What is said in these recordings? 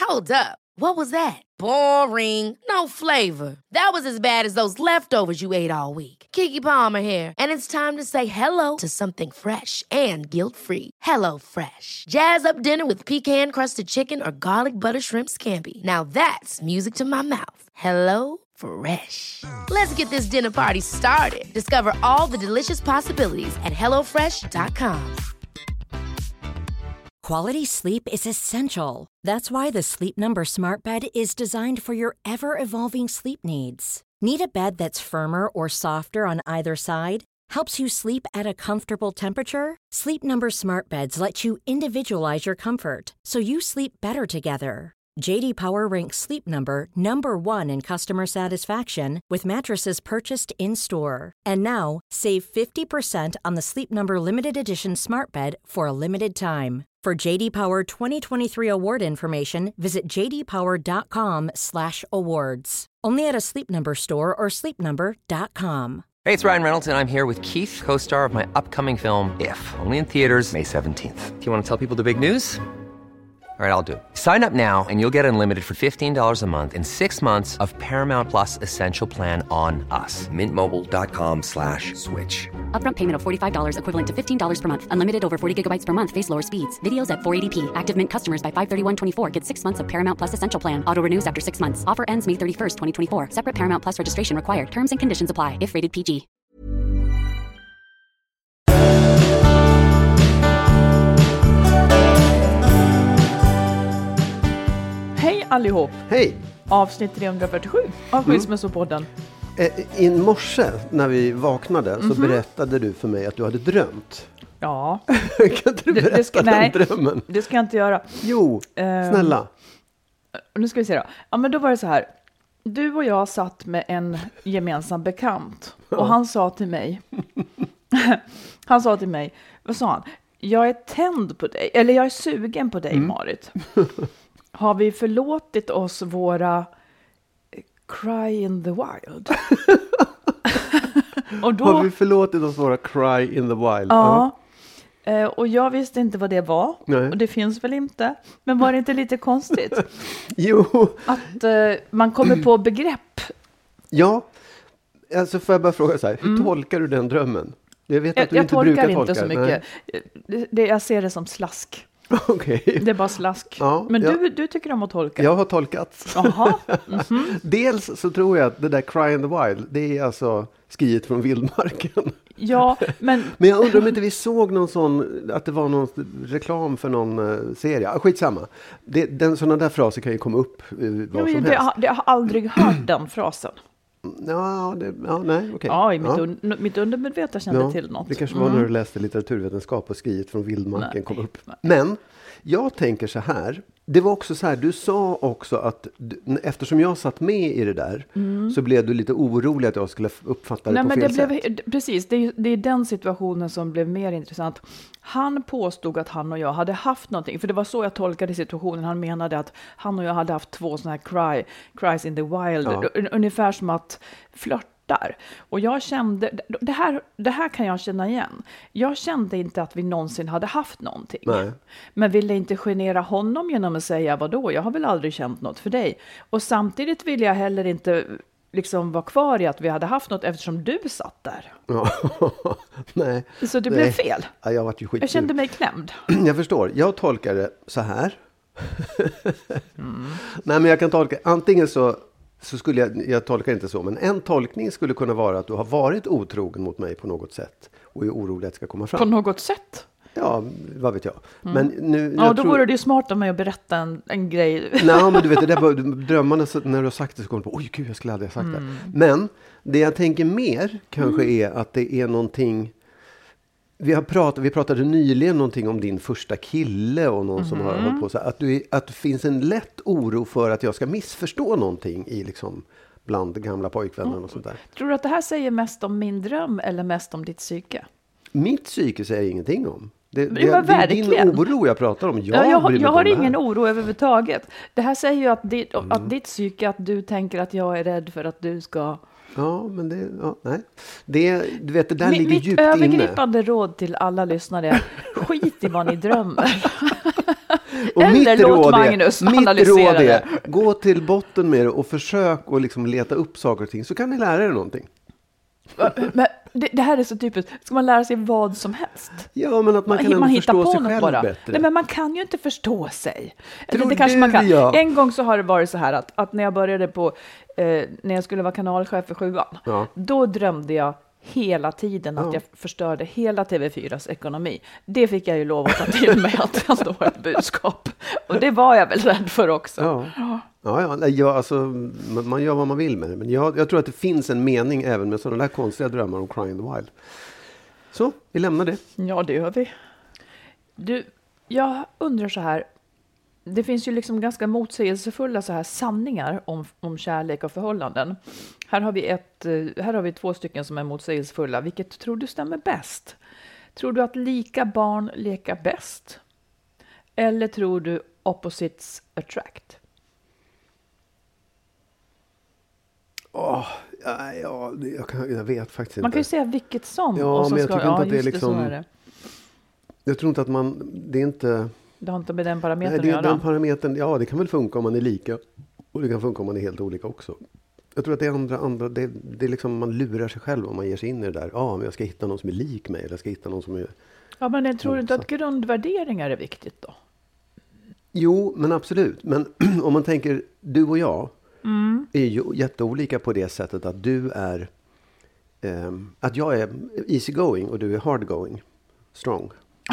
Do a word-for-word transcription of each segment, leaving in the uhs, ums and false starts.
Hold up. What was that? Boring. No flavor. That was as bad as those leftovers you ate all week. Keke Palmer here, and it's time to say hello to something fresh and guilt-free. Hello Fresh. Jazz up dinner with pecan-crusted chicken or garlic butter shrimp scampi. Now that's music to my mouth. Hello Fresh. Let's get this dinner party started. Discover all the delicious possibilities at hello fresh dot com. Quality sleep is essential. That's why the Sleep Number Smart Bed is designed for your ever-evolving sleep needs. Need a bed that's firmer or softer on either side? Helps you sleep at a comfortable temperature? Sleep Number Smart Beds let you individualize your comfort, so you sleep better together. J D Power ranks Sleep Number number one in customer satisfaction with mattresses purchased in-store. And now, save fifty percent on the Sleep Number Limited Edition Smart Bed for a limited time. For J D Power twenty twenty-three award information, visit j d power dot com slash awards. Only at a Sleep Number store or sleep number dot com. Hey, it's Ryan Reynolds, and I'm here with Keith, co-star of my upcoming film, If, only in theaters May seventeenth. Do you want to tell people the big news? All right, I'll do it. Sign up now and you'll get unlimited for fifteen dollars a month and six months of Paramount Plus Essential Plan on us. Mint Mobile dot com slash switch. Upfront payment of forty-five dollars equivalent to fifteen dollars per month. Unlimited over forty gigabytes per month. Face lower speeds. Videos at four eighty p. Active Mint customers by five thirty-one twenty-four get six months of Paramount Plus Essential Plan. Auto renews after six months. Offer ends May thirty-first, twenty twenty-four. Separate Paramount Plus registration required. Terms and conditions apply if rated P G. Hej allihop! Hej! Avsnitt trehundrafyrtiosju av Skilsmässopodden. Mm. I morse när vi vaknade så mm-hmm. berättade du för mig att du hade drömt. Ja. Kan inte du berätta det, det ska, den nej, drömmen? Det ska jag inte göra. Jo, um, snälla. Nu ska vi se då. Ja, men då var det så här. Du och jag satt med en gemensam bekant. Ja. Och han sa till mig. han sa till mig. Vad sa han? Jag är tänd på dig. Eller jag är sugen på dig, mm. Marit. Har vi förlåtit oss våra cry in the wild? Och då, har vi förlåtit oss våra cry in the wild? Ja. Uh-huh. Och jag visste inte vad det var. Nej. Och det finns väl inte. Men var det inte lite konstigt? Jo. Att uh, man kommer på begrepp. Ja. Alltså får jag bara fråga så här. Hur mm. tolkar du den drömmen? Jag vet att jag, du jag inte tolkar brukar inte tolka. så mycket. Det, det, jag ser det som slask. Okay. Det är bara slask. Ja, men ja. du, du tycker om att tolka. Jag har tolkat. Jaha. Mm-hmm. Dels så tror jag att det där cry in the wild, det är alltså skriet från vildmarken. Ja, men... men jag undrar om inte vi såg någon sån, att det var någon reklam för någon uh, serie. Ah, skitsamma. Det, den, sådana där fraser kan ju komma upp uh, vad ja, som det, helst. har, det har aldrig hört den frasen. Ja, det, ja nej, okej. Okay. Ja, i mitt, ja. un, mitt undermedvetna kände ja, till något. Det kanske var mm. när du läste litteraturvetenskap och skriet från vildmarken nej, kom upp. Nej. Men jag tänker så här. Det var också så här, du sa också att du, eftersom jag satt med i det där mm. så blev du lite orolig att jag skulle uppfatta det nej, på men fel det sätt. Blev, precis, det är, det är den situationen som blev mer intressant. Han påstod att han och jag hade haft någonting, för det var så jag tolkade situationen. Han menade att han och jag hade haft två sådana här cry, cries in the wild, ja. Ungefär som att flört. Där. Och jag kände, det här, det här kan jag känna igen. Jag kände inte att vi någonsin hade haft någonting. Nej. Men ville inte genera honom genom att säga, vadå, jag har väl aldrig känt något för dig. Och samtidigt ville jag heller inte liksom vara kvar i att vi hade haft något eftersom du satt där. Ja. Nej. Så det Nej. blev fel. Ja, jag, var ju skitsur. Jag kände mig klämd. Jag förstår. Jag tolkar det så här. mm. Nej, men jag kan tolka, antingen så så skulle jag, jag tolkar inte så, men en tolkning skulle kunna vara att du har varit otrogen mot mig på något sätt och är orolig att det ska komma fram. På något sätt? Ja, vad vet jag. Mm. Men nu, ja, jag då tror... vore det ju smart av mig att berätta en, en grej. Nej, men du vet, det där drömmarna, när du har sagt det så kommer du på, oj gud, jag skulle aldrig ha sagt mm. det. Men det jag tänker mer kanske mm. är att det är någonting. Vi har pratat, vi pratade nyligen någonting om din första kille och någon mm. som har hållit på så att du att det finns en lätt oro för att jag ska missförstå någonting i liksom bland gamla pojkvänner mm. och sånt där. Tror du att det här säger mest om min dröm eller mest om ditt psyke? Mitt psyke säger ingenting om. Det, det, det, det är din oro jag pratar om. Jag, ja, jag, jag, jag har ingen oro överhuvudtaget. Det här säger ju att ditt, mm. att ditt psyke, att du tänker att jag är rädd för att du ska... Ja, men det, ja, nej. Det, du vet, det där Mitt, ligger mitt djupt inne. Mitt övergripande råd till alla lyssnare, skit i vad ni drömmer. Och Eller mitt låt råd Magnus är, mitt analysera råd är, det. gå till botten med det och försök att liksom leta upp saker och ting. Så kan ni lära er någonting. Men det, det här är så typiskt. Ska man lära sig vad som helst? Ja, men att man kan man ändå hittar förstå på sig något själv bara. bättre. Nej, men man kan ju inte förstå sig. Tror det kanske du, man kan. ja. En gång så har det varit så här att, att när jag började på, eh, när jag skulle vara kanalchef för sjuan, Ja. då drömde jag hela tiden att Ja. jag förstörde hela T V fyras ekonomi. Det fick jag ju lov att ta till mig att det ändå var ett budskap. Och det var jag väl rädd för också. Ja. Ja, ja, nej, ja, alltså, man man gör vad man vill med det. Men jag, jag tror att det finns en mening även med sådana där konstiga drömmar om Crying the Wild. Så, vi lämnar det. Ja, det gör vi. Du, jag undrar så här. Det finns ju liksom ganska motsägelsefulla så här sanningar om, om kärlek och förhållanden. Här har vi ett, eh, här har vi två stycken som är motsägelsefulla. Vilket tror du stämmer bäst? Tror du att lika barn leka bäst? Eller tror du opposites attract? Åh, ja, ja, det- jag, kan, jag vet faktiskt Man kan ju inte. säga vilket som. Ja, och så men jag ska- tycker inte att det är just liksom- så är det. Jag tror inte att man, det är inte... Det har inte med den Nej, parametern det att är den göra. parametern, ja det kan väl funka om man är lika. Och det kan funka om man är helt olika också. Jag tror att det är andra, andra det, det är liksom man lurar sig själv om man ger sig in i det där. Ja, men jag ska hitta någon som är lik mig. Eller jag ska hitta någon som är... Ja, men jag tror inte att grundvärderingar är viktigt då? Jo, men absolut. Men om man tänker, du och jag Mm. är ju jätteolika på det sättet att du är... ehm, att jag är easy going och du är hard going. Strong.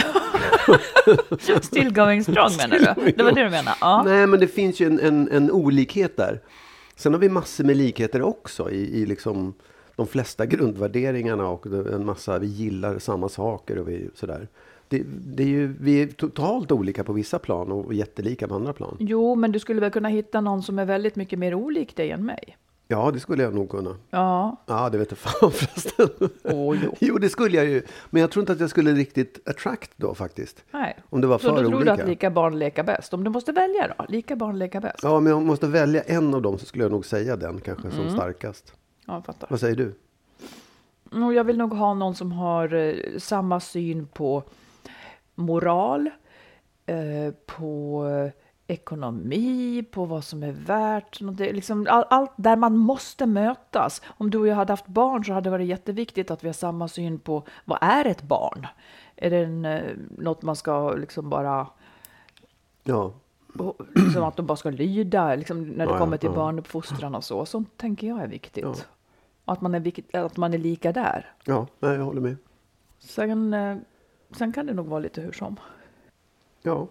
Still going strong menar du? Det var det du menade? Ja. Nej, men det finns ju en, en, en olikhet där. Sen har vi massor med likheter också i, i liksom de flesta grundvärderingarna och en massa, vi gillar samma saker och vi sådär. Det, det är ju, vi är totalt olika på vissa plan och jättelika på andra plan. Jo, men du skulle väl kunna hitta någon som är väldigt mycket mer olik dig än mig? Ja, det skulle jag nog kunna. Ja. Ja, det vet jag fan förresten. Åh, jo. Jo, det skulle jag ju. Men jag tror inte att jag skulle riktigt attract då faktiskt. Nej. Om det var Så för då tror olika. du att lika barn leka bäst? Om du måste välja då? Lika barn leka bäst? Ja, men jag måste välja en av dem så skulle jag nog säga den kanske som Mm. starkast. Ja, jag fattar. Vad säger du? Och jag vill nog ha någon som har eh, samma syn på moral, eh, på ekonomi, på vad som är värt. Det är liksom all, allt där man måste mötas. Om du och jag hade haft barn så hade det varit jätteviktigt att vi har samma syn på vad är ett barn? Är det en, eh, något man ska liksom bara... Ja, Liksom att de bara ska lyda liksom när det Ja, kommer till ja. barnuppfostran och så. Sånt tänker jag är viktigt. Ja. Att, man är, vik- att man är lika där. ja, nej, jag håller med. Sen, eh, sen kan det nog vara lite hur som. Ja,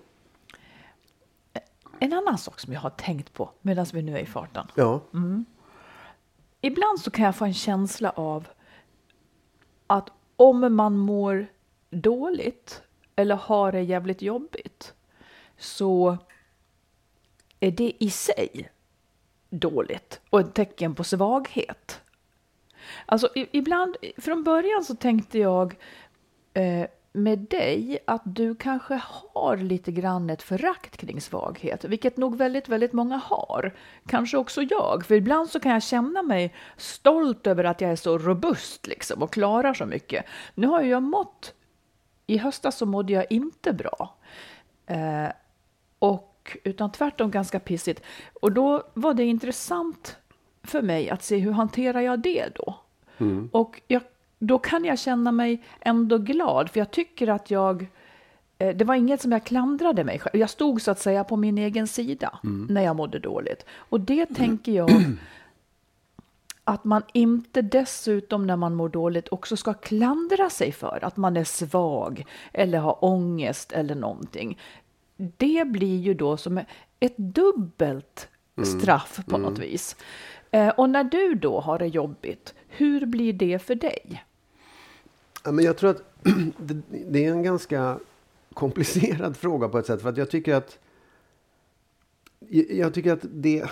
En annan sak som jag har tänkt på medan vi nu är i farten. ja. Ibland så kan jag få en känsla av att om man mår dåligt eller har det jävligt jobbigt så är det i sig dåligt och ett tecken på svaghet. Alltså i- ibland, från början så tänkte jag eh, med dig att du kanske har lite grann ett förakt kring svaghet, vilket nog väldigt, väldigt många har. Kanske också jag, för ibland så kan jag känna mig stolt över att jag är så robust liksom och klarar så mycket. Nu har jag mått, i höstas så mådde jag inte bra. Eh, och utan tvärtom ganska pissigt. Och då var det intressant för mig att se hur hanterar jag det då. Mm. Och jag, då kan jag känna mig ändå glad, för jag tycker att jag, eh, det var inget som jag klandrade mig själv. Jag stod så att säga på min egen sida när jag mådde dåligt. Och det tänker jag att man inte dessutom när man mår dåligt också ska klandra sig för att man är svag eller har ångest eller någonting. Det blir ju då som ett dubbelt straff på något vis. Eh, och när du då har det jobbigt, hur blir det för dig? Ja, men jag tror att det, det är en ganska komplicerad fråga på ett sätt. För att jag tycker att jag, jag tycker att det,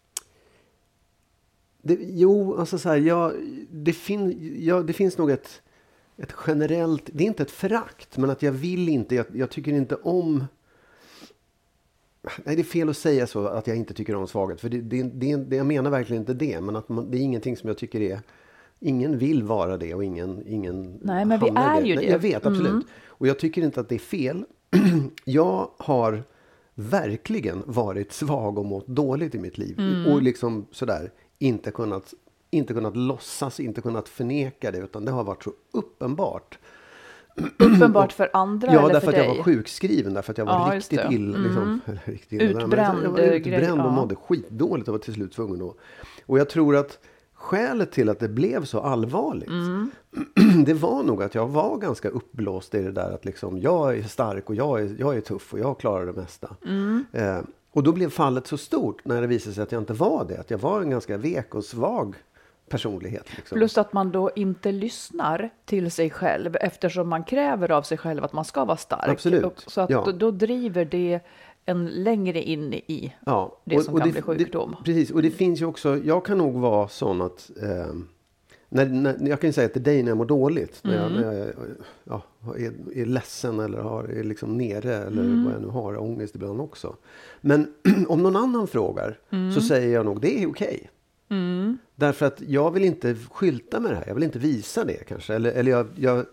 det jo, alltså så här, jag, det, fin, ja, det finns nog ett, ett generellt, det är inte ett förakt, men att jag vill inte, jag, jag tycker inte om, nej det är fel att säga så att jag inte tycker om svaghet. För det, det, det, det, jag menar verkligen inte det, men att man, det är ingenting som jag tycker är, ingen vill vara det och ingen, ingen Nej, men vi hamnar i är ju Nej, det. Jag vet, absolut. Mm. Och jag tycker inte att det är fel. Jag har verkligen varit svag och mått dåligt i mitt liv. Mm. Och liksom sådär, inte kunnat, inte kunnat låtsas, inte kunnat förneka det, utan det har varit så uppenbart. Uppenbart för andra ja, eller därför för att jag dig? var sjukskriven, därför att jag var Ja, riktigt just det. illa. Mm. Liksom, riktigt illa Utbränd, jag var grej, utbränd och ja. mådde skitdåligt och var till slut tvungen att... Och jag tror att skälet till att det blev så allvarligt, Mm. det var nog att jag var ganska uppblåst i det där att liksom, jag är stark och jag är, jag är tuff och jag klarar det mesta. Mm. Eh, och då blev fallet så stort när det visade sig att jag inte var det. Att jag var en ganska vek och svag personlighet. Liksom. Plus att man då inte lyssnar till sig själv eftersom man kräver av sig själv att man ska vara stark. Absolut. Och, så att Ja. då, då driver det en längre in i Ja, det och, som och kan det, bli sjukdom. Det, precis, och det finns ju också, jag kan nog vara sån att, eh, när, när, jag kan ju säga till dig när jag mår dåligt, när jag, Mm. när jag ja, är, är ledsen eller har, är liksom nere eller Mm. vad jag nu har, ångest ibland också. Men om någon annan frågar Mm. så säger jag nog, det är okej. Mm. Därför att jag vill inte skylta med det här, jag vill inte visa det kanske, eller, eller jag... jag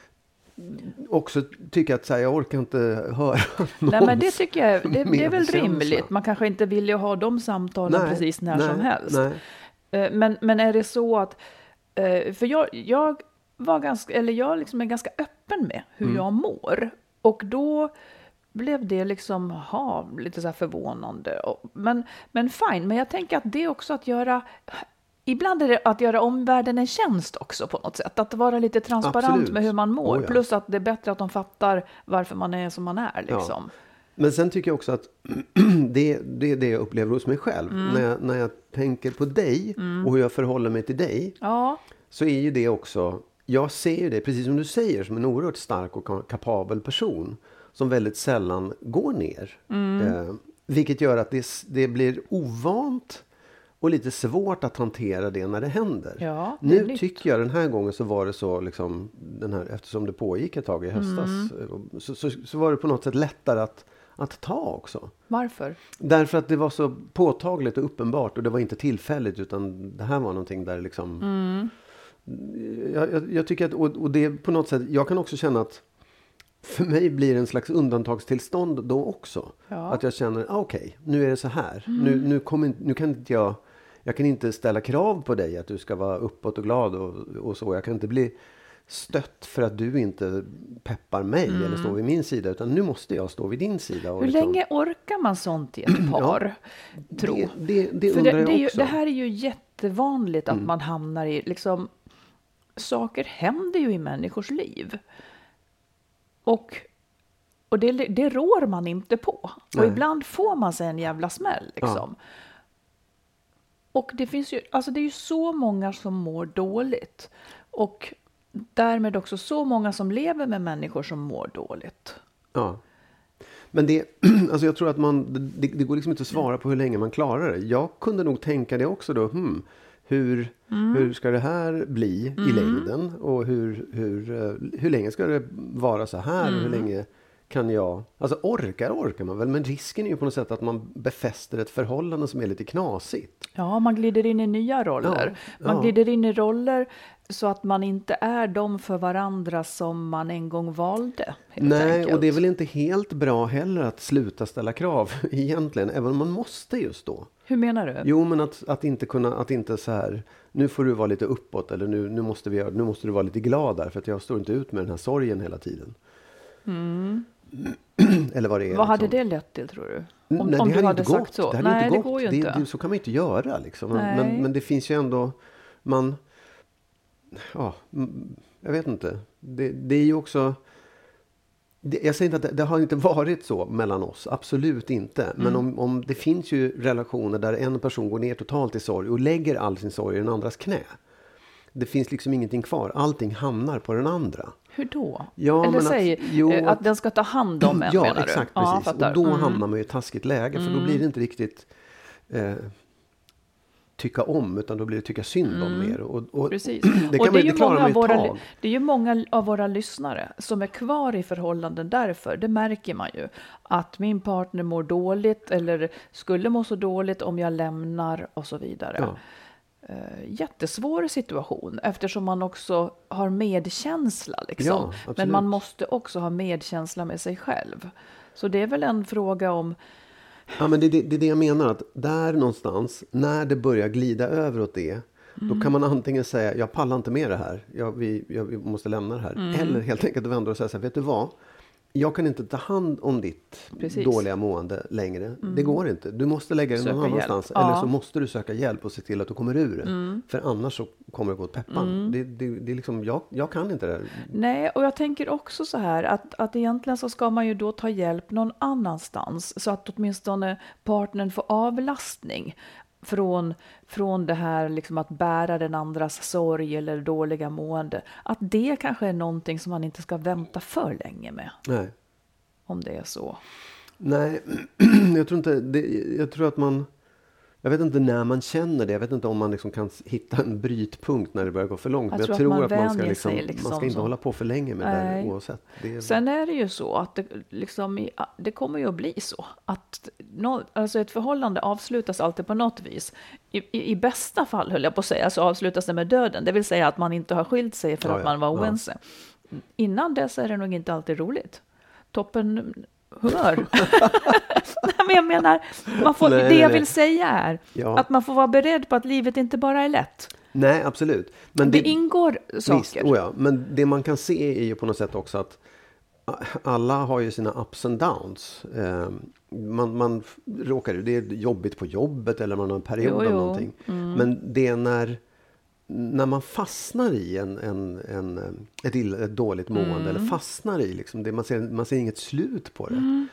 också tycker att så här, jag orkar inte höra någon. Nej, men det tycker jag, det, det är väl medkänsla. rimligt. Man kanske inte vill ju ha de samtalen Nej, precis när nej, som helst. nej. Eh, Men, men är det så att, eh, för jag, jag var ganska, eller jag liksom är ganska öppen med hur Mm. jag mår. Och då blev det liksom, ha, lite så här förvånande. Och, men, men fine, men jag tänker att det är också att göra, ibland är det att göra omvärlden en tjänst också på något sätt. Att vara lite transparent Absolut. med hur man mår. Oh, ja. Plus att det är bättre att de fattar varför man är som man är liksom. Men sen tycker jag också att det, det är det jag upplever hos mig själv. Mm. När, jag, när jag tänker på dig och hur jag förhåller mig till dig, Ja. så är ju det också, jag ser ju det, precis som du säger, som en oerhört stark och ka- kapabel person som väldigt sällan går ner. Mm. Eh, vilket gör att det, det blir ovant och lite svårt att hantera det när det händer. Ja, det är Nu nytt. tycker jag den här gången så var det så, liksom, den här, eftersom det pågick ett tag i höstas, Mm. så, så, så var det på något sätt lättare att, att ta också. Varför? Därför att det var så påtagligt och uppenbart och det var inte tillfälligt, utan det här var någonting där liksom... Mm. Jag, jag, jag tycker att, och, och det på något sätt, jag kan också känna att för mig blir det en slags undantagstillstånd då också. Ja. Att jag känner, ah, okej, nu är det så här. Nu, nu, kommer, inte- nu kan inte jag, jag kan inte ställa krav på dig att du ska vara uppåt och glad och, och så. Jag kan inte bli stött för att du inte peppar mig eller står vid min sida. Utan nu måste jag stå vid din sida. Och Hur liksom, länge orkar man sånt i ett par? Tro. Det, det, det För undrar det, jag det, är ju, också. Mm. det här är ju jättevanligt att man hamnar i, liksom, saker händer ju i människors liv. Och, och det, det rår man inte på. Och Nej. ibland får man sig en jävla smäll liksom. Och det finns ju, alltså det är ju så många som mår dåligt. Och därmed också så många som lever med människor som mår dåligt. Ja. Men det, alltså jag tror att man, det, det går liksom inte att svara på hur länge man klarar det. Jag kunde nog tänka det också då, hmm, hur, Mm. hur ska det här bli i längden? Och hur, hur, eh, hur länge ska det vara så här? Mm. Hur länge kan jag, alltså orkar orkar man väl, men risken är ju på något sätt att man befäster ett förhållande som är lite knasigt. Ja, man glider in i nya roller. Ja, Man ja. glider in i roller så att man inte är de för varandra som man en gång valde. Helt Nej, enkelt. och det är väl inte helt bra heller att sluta ställa krav egentligen, även om man måste just då. Hur menar du? Jo, men att, att inte kunna, att inte så här, nu får du vara lite uppåt eller nu, nu, måste vi, nu måste du vara lite glad där för att jag står inte ut med den här sorgen hela tiden. Eller vad det är. Mm. Vad hade liksom. det lett till, tror du? Om, Nej, om det du hade hade inte sagt gått. så. Det hade Nej, inte det gått. går ju det, inte. Det, så kan man inte göra liksom. Nej. Men, men det finns ju ändå, man, ja, mm, jag vet inte. Det, det är ju också, det, jag säger inte att det, det har inte varit så mellan oss, absolut inte. Men Mm. om, om det finns ju relationer där en person går ner totalt i sorg och lägger all sin sorg i den andras knä. Det finns liksom ingenting kvar. Allting hamnar på den andra. Hur då? Ja, Eller men att- säg jo, eh, att, att- den ska ta hand om en, Ja, menar exakt, du? Ja, precis. fattar. Och då Mm. hamnar man i ett taskigt läge. För då blir det inte riktigt eh, tycka om, utan då blir det tycka synd om mer. Och, och, Precis. Det Och kan det man är, ju ju klara många med av ett våra, tag. det är ju många av våra lyssnare som är kvar i förhållanden därför. Det märker man ju. Att min partner mår dåligt eller skulle må så dåligt om jag lämnar och så vidare. Ja. Eh, jättesvår situation eftersom man också har medkänsla. Liksom. Ja, absolut. Men man måste också ha medkänsla med sig själv. Så det är väl en fråga om... Ja, men det, det, det är det jag menar. Att där någonstans, när det börjar glida över åt det, mm. då kan man antingen säga, jag pallar inte med det här. Jag, vi, jag, vi måste lämna det här. Mm. Eller helt enkelt vända och säga så här, vet du vad? Jag kan inte ta hand om ditt Precis. dåliga mående längre. Mm. Det går inte. Du måste lägga det söka någon annanstans. Ja. Eller så måste du söka hjälp och se till att du kommer ur det. Mm. För annars så kommer det gå åt peppan. Mm. Det, det, det är liksom, jag, jag kan inte det här. Nej, och jag tänker också så här. Att, att egentligen så ska man ju då ta hjälp någon annanstans. Så att åtminstone partnern får avlastning. Från, från det här liksom att bära den andras sorg eller dåliga mående. Att det kanske är någonting som man inte ska vänta för länge med. Nej. Om det är så. Nej, jag tror inte, det, jag tror att man, jag vet inte när man känner det. Jag vet inte om man liksom kan hitta en brytpunkt när det börjar gå för långt. Jag Men jag tror tror att att man, man ska, liksom, liksom, man ska inte så. hålla på för länge med Nej. det oavsett. Det är... Sen är det ju så att det, liksom, det kommer ju att bli så. Att no, alltså ett förhållande avslutas alltid på något vis. I, i, I bästa fall, höll jag på att säga, så avslutas det med döden. Det vill säga att man inte har skilt sig för ja, att man var oense. Ja. Innan dess är det nog inte alltid roligt. Toppen humör. Nej, men jag menar, man får, nej, det jag vill säga är ja. att man får vara beredd på att livet inte bara är lätt. Nej, absolut. Men det, det ingår saker. Visst, oh ja. Men det man kan se är ju på något sätt också att alla har ju sina ups and downs. Eh, man, man råkar, det är jobbigt på jobbet eller man har en period jo, jo. av någonting. Mm. Men det är när, när man fastnar i en, en, en, ett, ill, ett dåligt mående mm. eller fastnar i liksom, det, man, ser, man ser inget slut på det. Mm.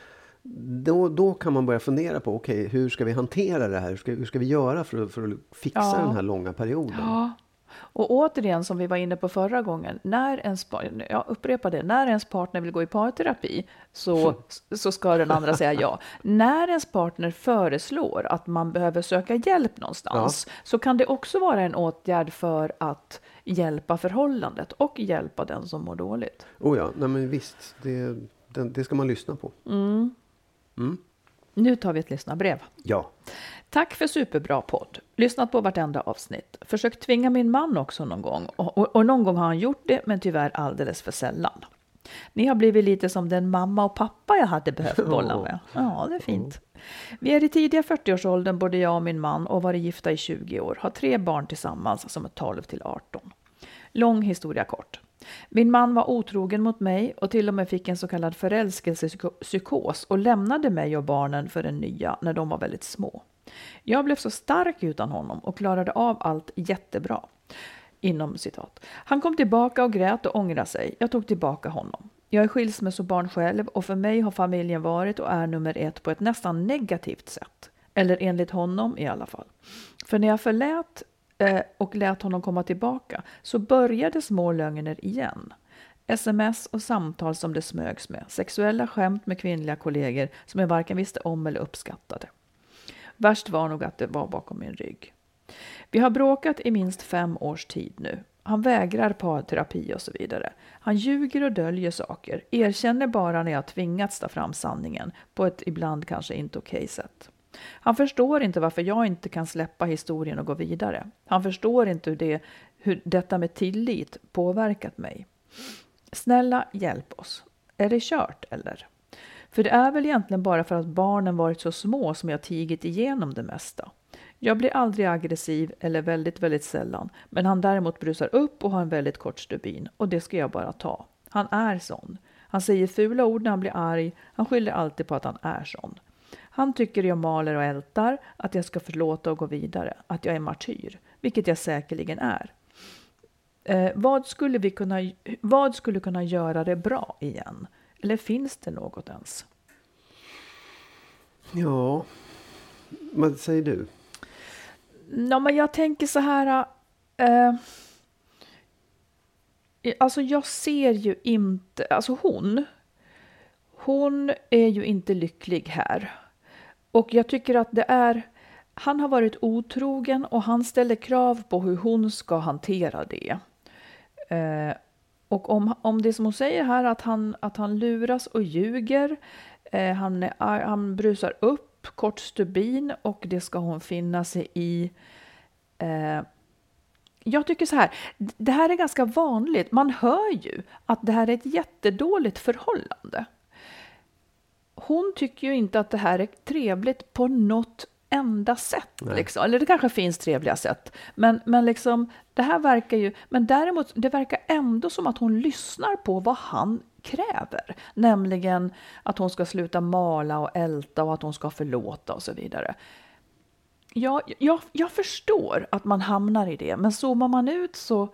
Då, då kan man börja fundera på okej, okay, hur ska vi hantera det här? Hur ska, hur ska vi göra för, för att fixa ja. den här långa perioden? Ja. Och återigen, som vi var inne på förra gången, när ens, jag upprepar det, när ens partner vill gå i parterapi så, så ska den andra säga ja. När ens partner föreslår att man behöver söka hjälp någonstans ja. så kan det också vara en åtgärd för att hjälpa förhållandet och hjälpa den som mår dåligt. Oh ja, nej men visst, det, det, det ska man lyssna på. Mm. Mm. Nu tar vi ett lyssnarbrev. Ja. Tack för superbra podd. Lyssnat på vartenda avsnitt. Försökt tvinga min man också någon gång. Och, och, och någon gång har han gjort det, men tyvärr alldeles för sällan. Ni har blivit lite som den mamma och pappa jag hade behövt bolla med. Ja, det är fint. Vi är i tidiga fyrtioårsåldern, både jag och min man, och varit gifta i tjugo år. Har tre barn tillsammans som är tolv till arton. Lång historia kort. Min man var otrogen mot mig och till och med fick en så kallad förälskelsepsykos och lämnade mig och barnen för den nya när de var väldigt små. Jag blev så stark utan honom och klarade av allt jättebra. Inom citat. Han kom tillbaka och grät och ångrade sig. Jag tog tillbaka honom. Jag är skilsmässobarn själv och för mig har familjen varit och är nummer ett på ett nästan negativt sätt. Eller enligt honom i alla fall. För när jag förlät eh, och lät honom komma tillbaka så började små lögner igen. Sms och samtal som det smögs med. Sexuella skämt med kvinnliga kollegor som jag varken visste om eller uppskattade. Värst var nog att det var bakom min rygg. Vi har bråkat i minst fem års tid nu. Han vägrar parterapi och så vidare. Han ljuger och döljer saker. Erkänner bara när jag tvingats ta fram sanningen på ett ibland kanske inte okej sätt. Han förstår inte varför jag inte kan släppa historien och gå vidare. Han förstår inte hur, det, hur detta med tillit påverkat mig. Snälla, hjälp oss. Är det kört eller? För det är väl egentligen bara för att barnen varit så små som jag tigit igenom det mesta. Jag blir aldrig aggressiv eller väldigt, väldigt sällan. Men han däremot brusar upp och har en väldigt kort stubin. Och det ska jag bara ta. Han är sån. Han säger fula ord när han blir arg. Han skyller alltid på att han är sån. Han tycker jag maler och ältar. Att jag ska förlåta och gå vidare. Att jag är martyr. Vilket jag säkerligen är. Eh, vad, skulle vi kunna, vad skulle kunna göra det bra igen? Eller finns det något ens? Ja, vad säger du? Ja, men jag tänker så här. Eh, alltså jag ser ju inte, alltså hon, hon är ju inte lycklig här. Och jag tycker att det är, han har varit otrogen och han ställer krav på hur hon ska hantera det. Eh, och om, om det som hon säger här att han, att han luras och ljuger, eh, han, han brusar upp, kort stubin och det ska hon finna sig i. Eh, jag tycker så här, det här är ganska vanligt. Man hör ju att det här är ett jättedåligt förhållande. hon tycker ju inte att det här är trevligt på något enda sätt. Liksom. Eller det kanske finns trevliga sätt. Men, men liksom, det här verkar ju... Men däremot, det verkar ändå som att hon lyssnar på vad han kräver. Nämligen att hon ska sluta mala och älta och att hon ska förlåta och så vidare. Jag, jag, jag förstår att man hamnar i det. Men zoomar man ut så...